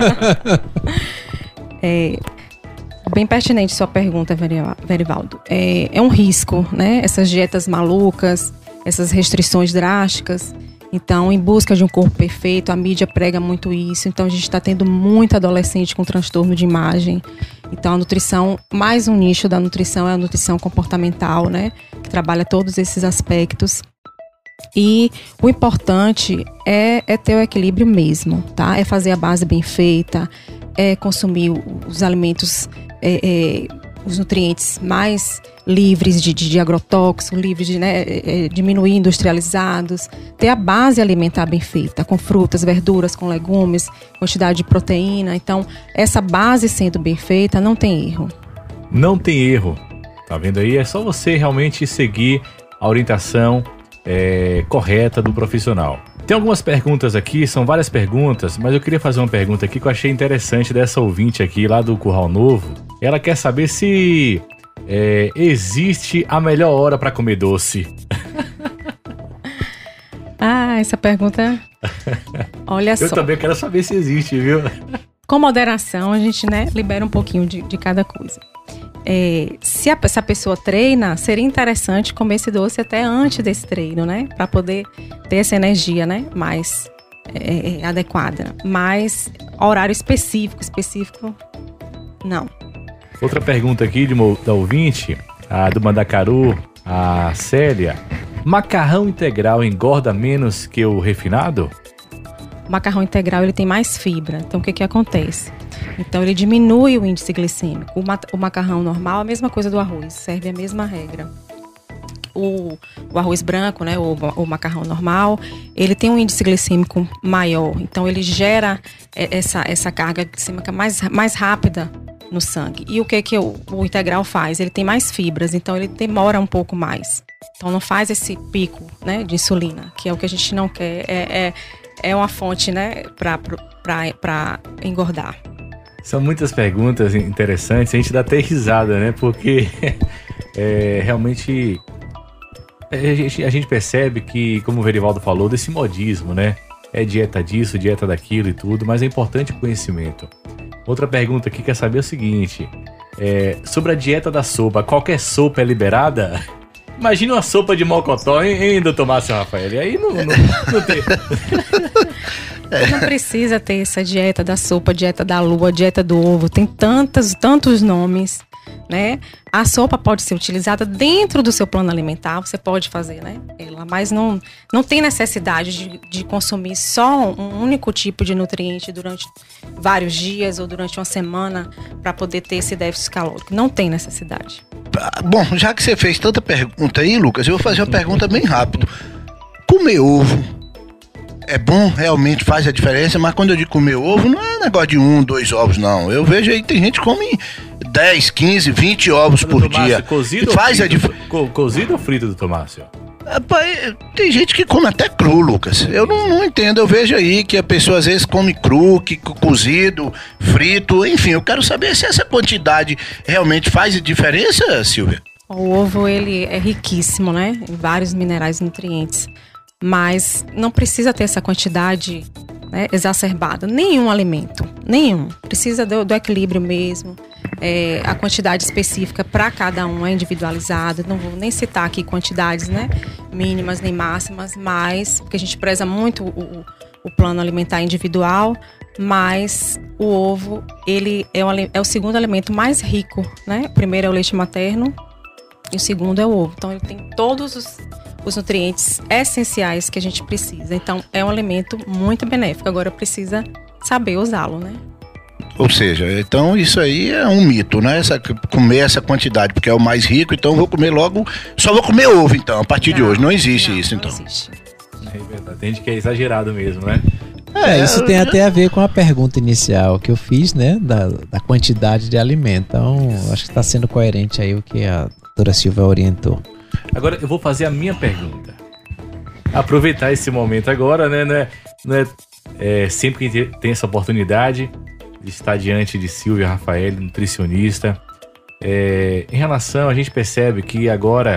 é, bem pertinente sua pergunta, Verivaldo. É, é um risco, né? Essas dietas malucas, essas restrições drásticas. Então, em busca de um corpo perfeito, a mídia prega muito isso. Então, a gente está tendo muito adolescente com transtorno de imagem. Então, a nutrição, mais um nicho da nutrição é a nutrição comportamental, né? Que trabalha todos esses aspectos. E o importante é, é ter o equilíbrio mesmo, tá? É fazer a base bem feita, é consumir os alimentos, é, é, os nutrientes mais livres de, de, de agrotóxico, livres de, né, é, diminuir industrializados, ter a base alimentar bem feita, com frutas, verduras, com legumes, quantidade de proteína. Então, essa base sendo bem feita, não tem erro. Não tem erro. Tá vendo aí? É só você realmente seguir a orientação é, correta do profissional. Tem algumas perguntas aqui, são várias perguntas, mas eu queria fazer uma pergunta aqui que eu achei interessante dessa ouvinte aqui lá do Curral Novo. Ela quer saber se é, existe a melhor hora para comer doce. Ah, essa pergunta... Olha eu só. Eu também quero saber se existe, viu? Com moderação, a gente, né, libera um pouquinho de, de cada coisa. É, se, a, se a pessoa treina, seria interessante comer esse doce até antes desse treino, né? Para poder ter essa energia, né? Mais é, é, adequada. Mas horário específico, específico, não. Outra pergunta aqui de uma, da ouvinte, a do Mandacaru, a Célia. Macarrão integral engorda menos que o refinado? O macarrão integral, ele tem mais fibra. Então, o que que acontece? Então, ele diminui o índice glicêmico. O, ma- o macarrão normal, a mesma coisa do arroz. Serve a mesma regra. O, o arroz branco, né, o, o macarrão normal, ele tem um índice glicêmico maior. Então, ele gera essa, essa carga glicêmica mais, mais rápida no sangue. E o que que o, o integral faz? Ele tem mais fibras, então ele demora um pouco mais. Então, não faz esse pico, né, de insulina, que é o que a gente não quer. É... é É uma fonte, né, para engordar. São muitas perguntas interessantes, a gente dá até risada, né? Porque é, realmente a gente, a gente percebe que, como o Verivaldo falou, desse modismo, né? É dieta disso, dieta daquilo e tudo, mas é importante o conhecimento. Outra pergunta aqui quer saber o seguinte, é, sobre a dieta da sopa, qualquer sopa é liberada? Imagina uma sopa de mocotó, hein, hein doutor Márcio Rafael? E aí não, não, não tem... Não precisa ter essa dieta da sopa, dieta da lua, dieta do ovo. Tem tantos, tantos nomes, né? A sopa pode ser utilizada dentro do seu plano alimentar. Você pode fazer, né? Ela, mas não, não tem necessidade de, de consumir só um único tipo de nutriente durante vários dias ou durante uma semana para poder ter esse déficit calórico. Não tem necessidade. Bom, já que você fez tanta pergunta aí, Lucas, eu vou fazer uma pergunta bem rápido. Comer ovo é bom, realmente faz a diferença, mas quando eu digo comer ovo, não é negócio de um, dois ovos, não. Eu vejo aí que tem gente que come dez, quinze, vinte ovos por dia. Cozido e faz ou a diferença. Co- cozido ou frito, doutor Márcio? Rapaz, tem gente que come até cru, Lucas. Eu não, não entendo, eu vejo aí que a pessoa às vezes come cru, que, cozido, frito, enfim, eu quero saber se essa quantidade realmente faz diferença, Silvia. O ovo, ele é riquíssimo, né? Em vários minerais e nutrientes. Mas não precisa ter essa quantidade, né, exacerbada. Nenhum alimento, nenhum. Precisa do, do equilíbrio mesmo. É, a quantidade específica para cada um é individualizada. Não vou nem citar aqui quantidades, né, mínimas nem máximas, mas porque a gente preza muito o, o plano alimentar individual, mas o ovo, ele é o, é o segundo alimento mais rico, né? O primeiro é o leite materno e o segundo é o ovo. Então ele tem todos os, os nutrientes essenciais que a gente precisa. Então é um alimento muito benéfico. Agora precisa saber usá-lo, né? Ou seja, então isso aí é um mito, né? Essa, comer essa quantidade, porque é o mais rico, então eu vou comer logo, só vou comer ovo então, a partir Não, de hoje. Não existe não, isso não então. existe. É verdade. Tem gente que é exagerado mesmo, né? É, isso tem até a ver com a pergunta inicial que eu fiz, né? Da, da quantidade de alimento. Então, acho que está sendo coerente aí o que a doutora Silvia orientou. Agora eu vou fazer a minha pergunta. Aproveitar esse momento agora, né? Não é, não é, é, sempre que tem essa oportunidade de estar diante de Silvia Rafael, nutricionista. É, em relação, a gente percebe que agora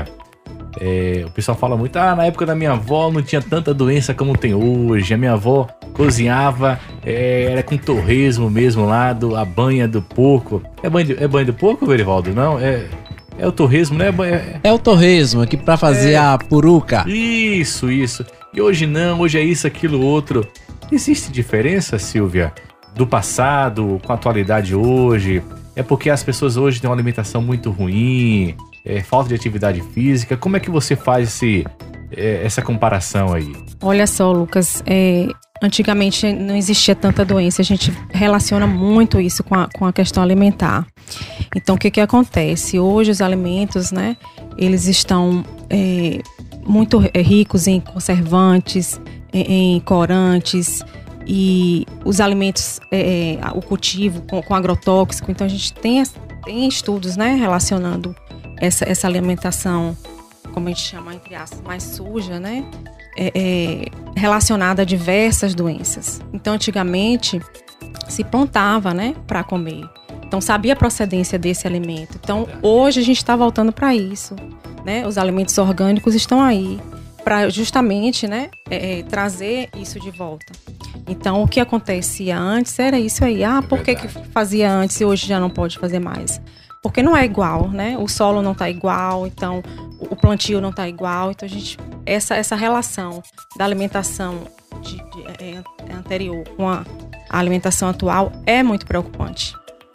é, o pessoal fala muito, ah, na época da minha avó não tinha tanta doença como tem hoje. A minha avó cozinhava, é, era com torresmo mesmo lá, do, a banha do porco. É banha, de, é banha do porco, Verivaldo? Não, é, é o torresmo, né? É, é o torresmo, aqui pra fazer é, a puruca. Isso, isso. E hoje não, hoje é isso, aquilo, outro. Existe diferença, Silvia, do passado com a atualidade hoje? É porque as pessoas hoje têm uma alimentação muito ruim, é, falta de atividade física. Como é que você faz esse, é, essa comparação aí? Olha só, Lucas, é, antigamente não existia tanta doença. A gente relaciona muito isso com a, com a questão alimentar. Então, o que que acontece? Hoje os alimentos, né, eles estão é, muito ricos em conservantes, em, em corantes, e os alimentos, é, o cultivo com, com agrotóxico. Então a gente tem, tem estudos, né, relacionando essa, essa alimentação, como a gente chama, entre aspas, mais suja, né, é, é, relacionada a diversas doenças. Então antigamente se plantava, né, para comer. Então sabia a procedência desse alimento. Então hoje a gente está voltando para isso, né? Os alimentos orgânicos estão aí para justamente, né, é, trazer isso de volta. Então, o que acontecia antes era isso aí. Ah, por que que fazia antes e hoje já não pode fazer mais? Porque não é igual, né? O solo não está igual, então o plantio não está igual. Então, a gente, essa, essa relação da alimentação de, de, é, anterior com a, a alimentação atual é muito preocupante.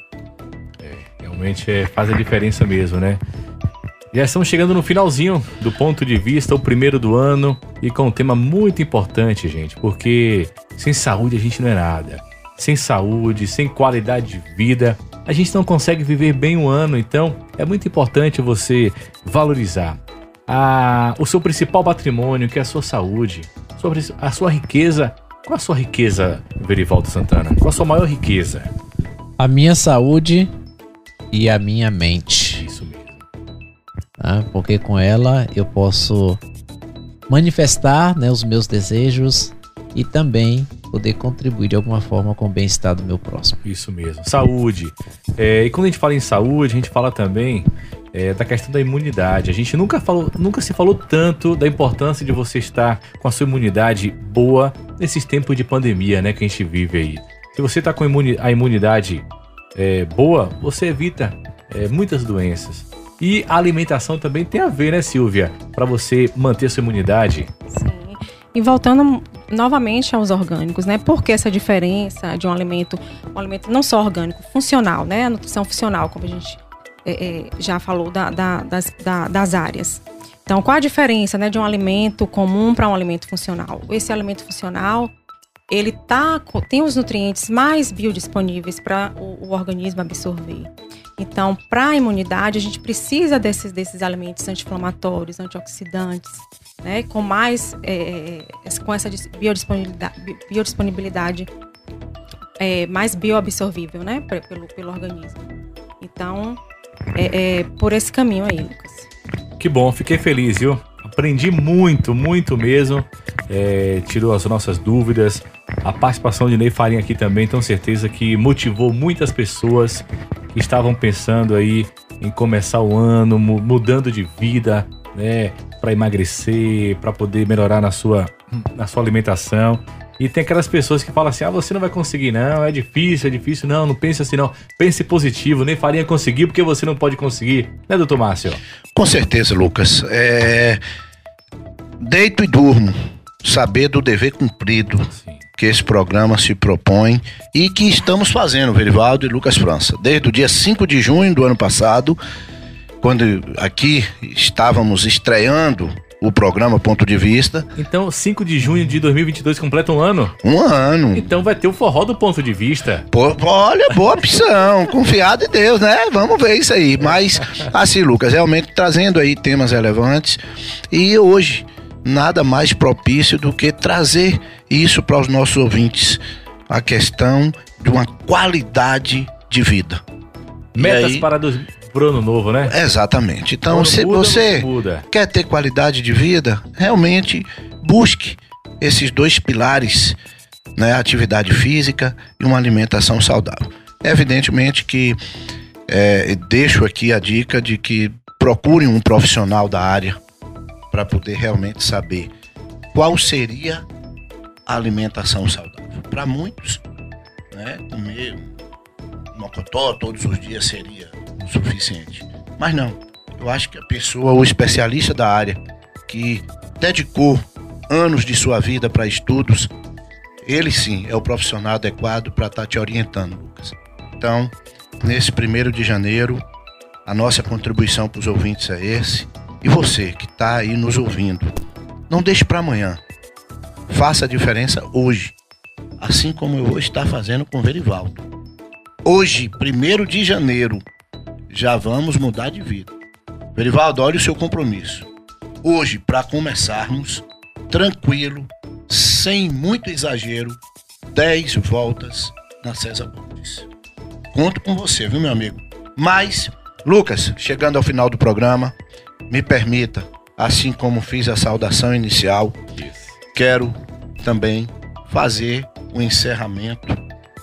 É, realmente é, faz a diferença mesmo, né? Já estamos chegando no finalzinho do Ponto de Vista, o primeiro do ano, e com um tema muito importante, gente, porque sem saúde a gente não é nada. Sem saúde, sem qualidade de vida, a gente não consegue viver bem um ano. Então, é muito importante você valorizar a, o seu principal patrimônio, que é a sua saúde, sobre a sua riqueza. Qual a sua riqueza, Verivaldo Santana? Qual a sua maior riqueza? A minha saúde e a minha mente. Isso mesmo. Ah, porque com ela eu posso manifestar, né, os meus desejos e também poder contribuir de alguma forma com o bem-estar do meu próximo. Isso mesmo, saúde. É, e quando a gente fala em saúde, a gente fala também é, da questão da imunidade. A gente nunca, falou, nunca se falou tanto da importância de você estar com a sua imunidade boa nesses tempos de pandemia, né, que a gente vive aí. Se você está com a imunidade é, boa, você evita é, muitas doenças. E a alimentação também tem a ver, né, Silvia? Para você manter a sua imunidade. Sim. E voltando novamente aos orgânicos, né? Por que essa diferença de um alimento, um alimento não só orgânico, funcional, né? A nutrição funcional, como a gente é, é, já falou da, da, das, da, das áreas. Então, qual a diferença, né, de um alimento comum para um alimento funcional? Esse alimento funcional, ele tá, tem os nutrientes mais biodisponíveis para o, o organismo absorver. Então, para a imunidade, a gente precisa desses, desses alimentos anti-inflamatórios, antioxidantes, né, com mais, é, com essa biodisponibilidade, biodisponibilidade é, mais bioabsorvível, né, pelo, pelo organismo. Então, é, é por esse caminho aí, Lucas. Que bom, fiquei feliz, viu? Aprendi muito, muito mesmo. É, tirou as nossas dúvidas. A participação de Ney Farinha aqui também, tenho certeza que motivou muitas pessoas que estavam pensando aí em começar o ano mu- mudando de vida, né? Para emagrecer, para poder melhorar na sua, na sua alimentação. E tem aquelas pessoas que falam assim, ah, você não vai conseguir não, é difícil, é difícil. Não, não pense assim não. Pense positivo, nem faria conseguir porque você não pode conseguir. Né, doutor Márcio? Com certeza, Lucas. É... Deito e durmo. Saber do dever cumprido. Sim. Que esse programa se propõe e que estamos fazendo, Verivaldo e Lucas França. Desde o dia cinco de junho do ano passado, quando aqui estávamos estreando o programa Ponto de Vista. Então, cinco de junho de dois mil e vinte e dois completa um ano? Um ano. Então vai ter o forró do Ponto de Vista. Pô, olha, boa opção. Confiado em Deus, né? Vamos ver isso aí. Mas, assim, Lucas, realmente trazendo aí temas relevantes. E hoje, nada mais propício do que trazer isso para os nossos ouvintes. A questão de uma qualidade de vida. E Metas aí, para dois, pro ano novo, né? exatamente. Então, Ano se muda, você não muda. quer ter qualidade de vida, realmente busque esses dois pilares, né? Atividade física e uma alimentação saudável. Evidentemente que é, deixo aqui a dica de que procurem um profissional da área para poder realmente saber qual seria a alimentação saudável. Para muitos, né, comer mocotó todos os dias seria o suficiente. Mas não, eu acho que a pessoa, o especialista da área, que dedicou anos de sua vida para estudos, ele sim é o profissional adequado para estar te orientando, Lucas. Então, nesse primeiro de janeiro, a nossa contribuição para os ouvintes é esse. E você que está aí nos ouvindo, não deixe para amanhã. Faça a diferença hoje, assim como eu vou estar fazendo com o Verivaldo. Hoje, primeiro de janeiro, já vamos mudar de vida. Verivaldo, olha o seu compromisso. Hoje, para começarmos, tranquilo, sem muito exagero, dez voltas na César Borges. Conto com você, viu, meu amigo? Mas, Lucas, chegando ao final do programa, me permita, assim como fiz a saudação inicial, quero também fazer o encerramento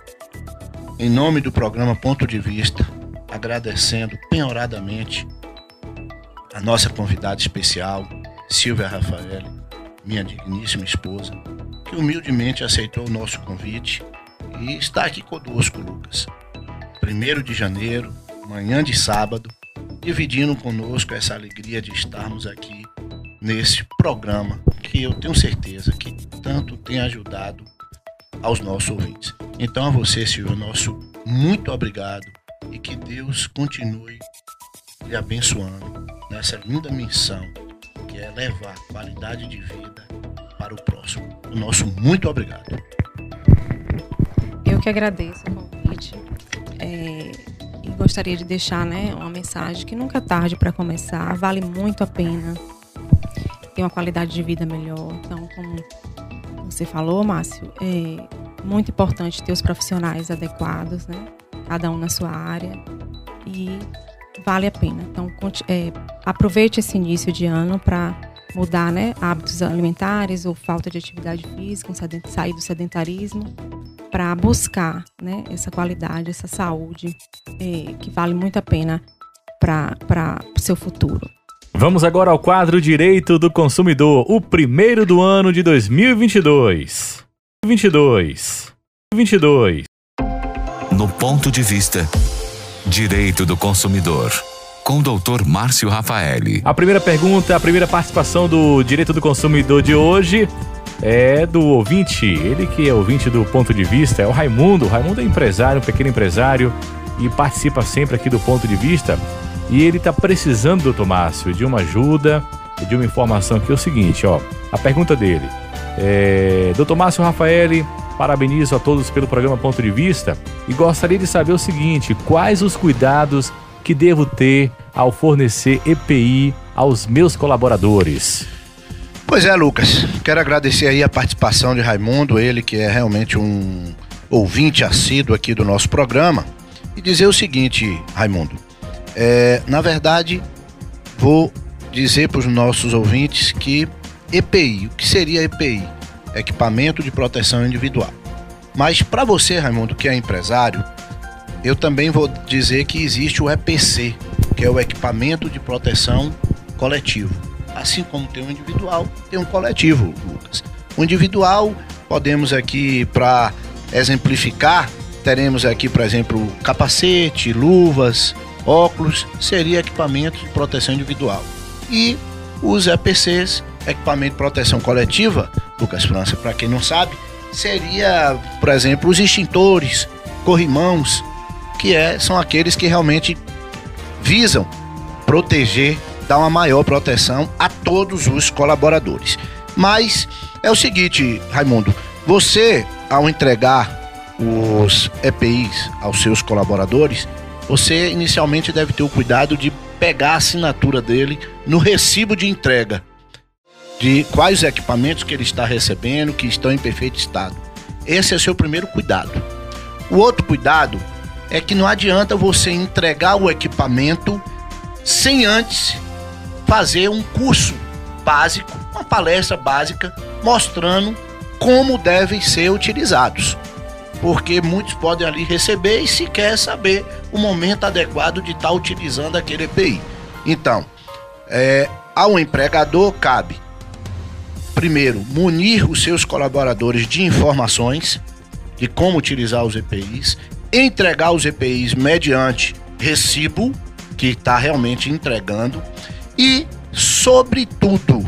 em nome do programa Ponto de Vista, agradecendo penhoradamente a nossa convidada especial, Silvia Rafael, minha digníssima esposa, que humildemente aceitou o nosso convite e está aqui conosco, Lucas. Primeiro de janeiro, manhã de sábado, dividindo conosco essa alegria de estarmos aqui nesse programa que eu tenho certeza que tanto tem ajudado aos nossos ouvintes. Então a você, Silvio, nosso muito obrigado e que Deus continue lhe abençoando nessa linda missão que é levar qualidade de vida para o próximo. O nosso muito obrigado. Eu que agradeço o convite. É, e gostaria de deixar, né, uma mensagem que nunca é tarde para começar, vale muito a pena ter uma qualidade de vida melhor. Então, como você falou, Márcio, é muito importante ter os profissionais adequados, né, cada um na sua área, e vale a pena. Então, é, aproveite esse início de ano para mudar, né, hábitos alimentares ou falta de atividade física, sair do sedentarismo, para buscar, né, essa qualidade, essa saúde, é, que vale muito a pena para o seu futuro. Vamos agora ao quadro Direito do Consumidor, o primeiro do ano de dois mil e vinte e dois. vinte e dois. vinte e dois. No Ponto de Vista, Direito do Consumidor, com o doutor Márcio Rafael. A primeira pergunta, a primeira participação do Direito do Consumidor de hoje é do ouvinte, ele que é ouvinte do Ponto de Vista, é o Raimundo. O Raimundo é empresário, um pequeno empresário, e participa sempre aqui do Ponto de Vista. E ele está precisando, doutor Márcio, de uma ajuda, de uma informação que é o seguinte, ó. A pergunta dele é: doutor Márcio Rafael, parabenizo a todos pelo programa Ponto de Vista e gostaria de saber o seguinte: quais os cuidados que devo ter ao fornecer E P I aos meus colaboradores? Pois é, Lucas, quero agradecer aí a participação de Raimundo, ele que é realmente um ouvinte assíduo aqui do nosso programa, e dizer o seguinte, Raimundo, é, na verdade, vou dizer para os nossos ouvintes que E P I, o que seria E P I? Equipamento de proteção individual. Mas para você, Raimundo, que é empresário, eu também vou dizer que existe o E P C, que é o equipamento de proteção coletivo. Assim como tem um individual, tem um coletivo, Lucas. O individual, podemos aqui, para exemplificar, teremos aqui, por exemplo, capacete, luvas, óculos, seria equipamento de proteção individual. E os E P Cs, equipamento de proteção coletiva, Lucas França, para quem não sabe, seria, por exemplo, os extintores, corrimãos, que é, são aqueles que realmente visam proteger, dar uma maior proteção a todos os colaboradores. Mas é o seguinte, Raimundo, você, ao entregar os E P Is aos seus colaboradores, você inicialmente deve ter o cuidado de pegar a assinatura dele no recibo de entrega, de quais equipamentos que ele está recebendo, que estão em perfeito estado. Esse é o seu primeiro cuidado. O outro cuidado é que não adianta você entregar o equipamento sem antes fazer um curso básico, uma palestra básica, mostrando como devem ser utilizados. Porque muitos podem ali receber e sequer saber o momento adequado de estar utilizando aquele E P I. Então, é, ao empregador cabe, primeiro, munir os seus colaboradores de informações de como utilizar os E P Is, entregar os E P Is mediante recibo, que está realmente entregando, e, sobretudo,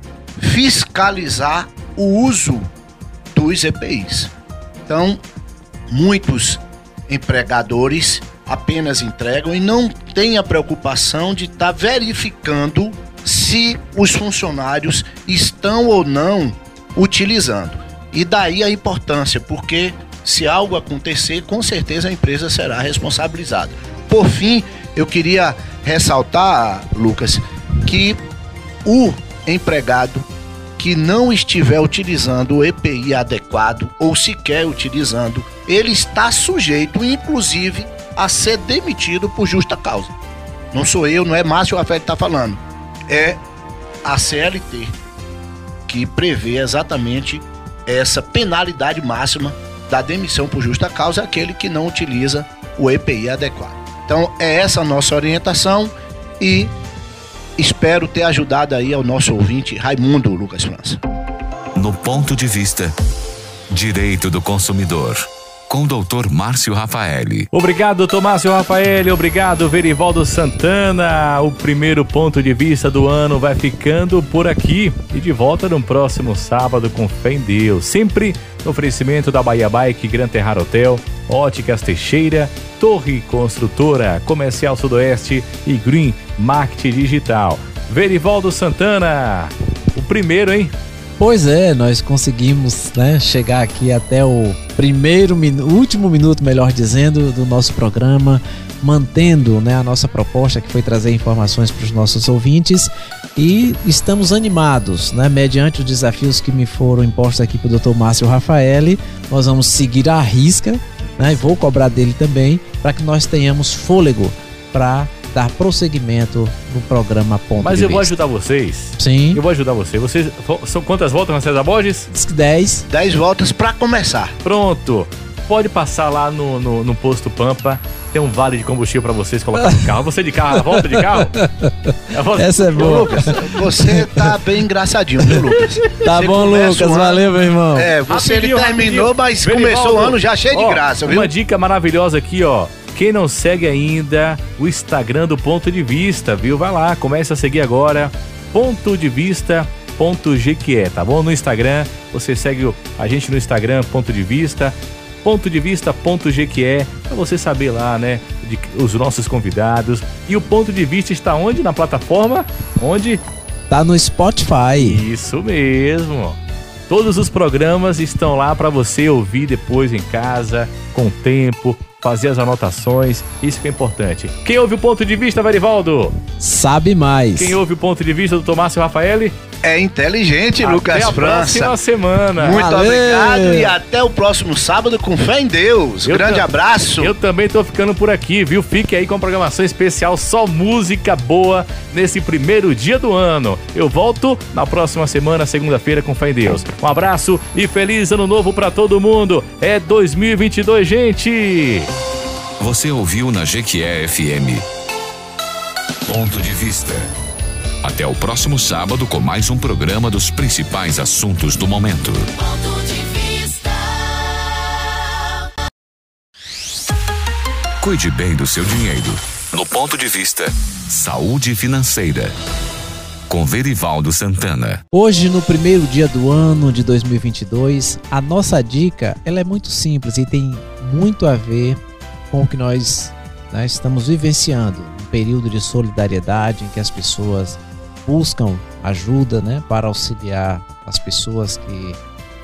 fiscalizar o uso dos E P Is. Então, muitos empregadores apenas entregam e não têm a preocupação de estar tá verificando se os funcionários estão ou não utilizando. E daí a importância, porque se algo acontecer, com certeza a empresa será responsabilizada. Por fim, eu queria ressaltar, Lucas, que o empregado que não estiver utilizando o E P I adequado ou sequer utilizando, ele está sujeito, inclusive, a ser demitido por justa causa. Não sou eu, não é Márcio Rafael que está falando. É a C L T que prevê exatamente essa penalidade máxima da demissão por justa causa, aquele que não utiliza o E P I adequado. Então é essa a nossa orientação e espero ter ajudado aí ao nosso ouvinte Raimundo, Lucas França. No Ponto de Vista, Direito do Consumidor, com o doutor Márcio Rafaeli. Obrigado, doutor Márcio Rafaeli. Obrigado, Verivaldo Santana. O primeiro Ponto de Vista do ano vai ficando por aqui. E de volta no próximo sábado com fé em Deus. Sempre no oferecimento da Bahia Bike, Gran Terrar Hotel, Óticas Teixeira, Torre Construtora, Comercial Sudoeste e Green Marketing Digital. Verivaldo Santana, o primeiro, hein? Pois é, nós conseguimos, né, chegar aqui até o primeiro minuto, último minuto, melhor dizendo, do nosso programa, mantendo, né, a nossa proposta, que foi trazer informações para os nossos ouvintes, e estamos animados, né, mediante os desafios que me foram impostos aqui pelo doutor Márcio Rafaeli. Nós vamos seguir à risca, né, e vou cobrar dele também, para que nós tenhamos fôlego para dar prosseguimento no programa Ponto Mas de eu vou Vista. ajudar vocês. Sim. Eu vou ajudar vocês. Vocês são quantas voltas na César Borges? dez. dez voltas para começar. Pronto. Pode passar lá no, no, no posto Pampa. Tem um vale de combustível para vocês colocar no carro. Você de carro, a volta de carro? Volta... Essa é Ô, boa. Lucas, você tá bem engraçadinho, viu, Lucas? Tá Você bom, começa Lucas. o ano- Valeu, meu irmão. É, você ele Rapidinho, terminou, rapidinho. mas Verivaldo, começou o ano já cheio de ó, graça, viu? Uma dica maravilhosa aqui, ó. Quem não segue ainda o Instagram do Ponto de Vista, viu? Vai lá, comece a seguir agora. Ponto de Vista ponto G Q E, tá bom? No Instagram, você segue a gente no Instagram, Ponto de Vista, ponto de vista ponto G Q E, pra você saber lá, né, de, os nossos convidados. E o Ponto de Vista está onde? Na plataforma? Onde? Tá no Spotify. Isso mesmo. Todos os programas estão lá para você ouvir depois em casa, com tempo, fazer as anotações. Isso que é importante. Quem ouve o Ponto de Vista, Verivaldo? Sabe mais. Quem ouve o Ponto de Vista do doutor Márcio Rafaeli? É inteligente, Lucas Até a França. próxima semana. Muito Valeu. obrigado e até o próximo sábado com fé em Deus. Eu Grande tam- abraço. Eu também tô ficando por aqui, viu? Fique aí com a programação especial, só música boa nesse primeiro dia do ano. Eu volto na próxima semana, segunda-feira, com fé em Deus. Um abraço e feliz ano novo pra todo mundo. É dois mil e vinte e dois, gente! Você ouviu na G Q E F M Ponto de Vista. Até o próximo sábado com mais um programa dos principais assuntos do momento. Ponto de Vista. Cuide bem do seu dinheiro. No Ponto de Vista, saúde financeira. Com Verivaldo Santana. Hoje, no primeiro dia do ano de dois mil e vinte e dois, a nossa dica ela é muito simples e tem muito a ver com o que nós, né, estamos vivenciando. Um período de solidariedade em que as pessoas buscam ajuda, né, para auxiliar as pessoas que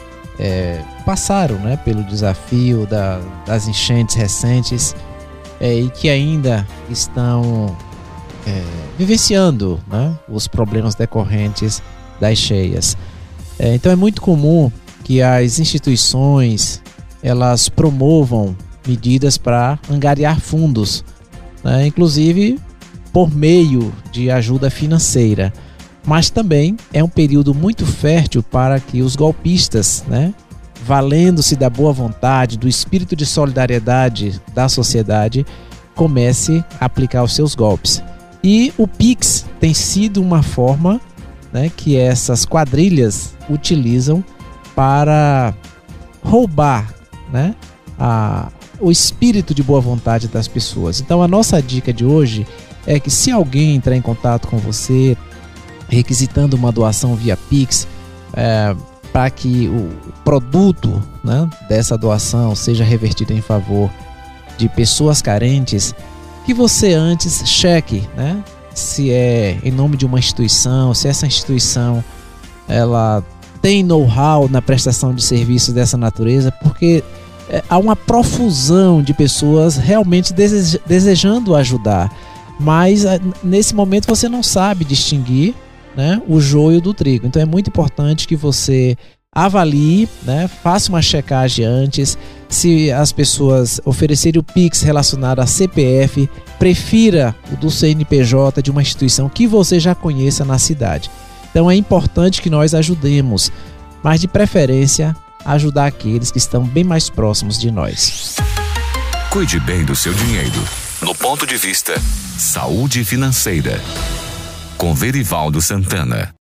é, passaram, né, pelo desafio da, das enchentes recentes é, e que ainda estão É, vivenciando, né, os problemas decorrentes das cheias. É, então é muito comum que as instituições elas promovam medidas para angariar fundos, né, inclusive por meio de ajuda financeira. Mas também é um período muito fértil para que os golpistas, né, valendo-se da boa vontade, do espírito de solidariedade da sociedade, comece a aplicar os seus golpes. E o Pix tem sido uma forma, né, que essas quadrilhas utilizam para roubar, né, a, o espírito de boa vontade das pessoas. Então a nossa dica de hoje é que se alguém entrar em contato com você requisitando uma doação via Pix, é, para que o produto, né, dessa doação seja revertido em favor de pessoas carentes, que você antes cheque, né, se é em nome de uma instituição, se essa instituição ela tem know-how na prestação de serviços dessa natureza, porque é, há uma profusão de pessoas realmente deseja, desejando ajudar, mas a, nesse momento você não sabe distinguir, né, o joio do trigo. Então é muito importante que você avalie, né, faça uma checagem antes. Se as pessoas oferecerem o Pix relacionado a C P F, prefira o do C N P J de uma instituição que você já conheça na cidade. Então é importante que nós ajudemos, mas de preferência ajudar aqueles que estão bem mais próximos de nós. Cuide bem do seu dinheiro. No Ponto de Vista, saúde financeira. Com Verivaldo Santana.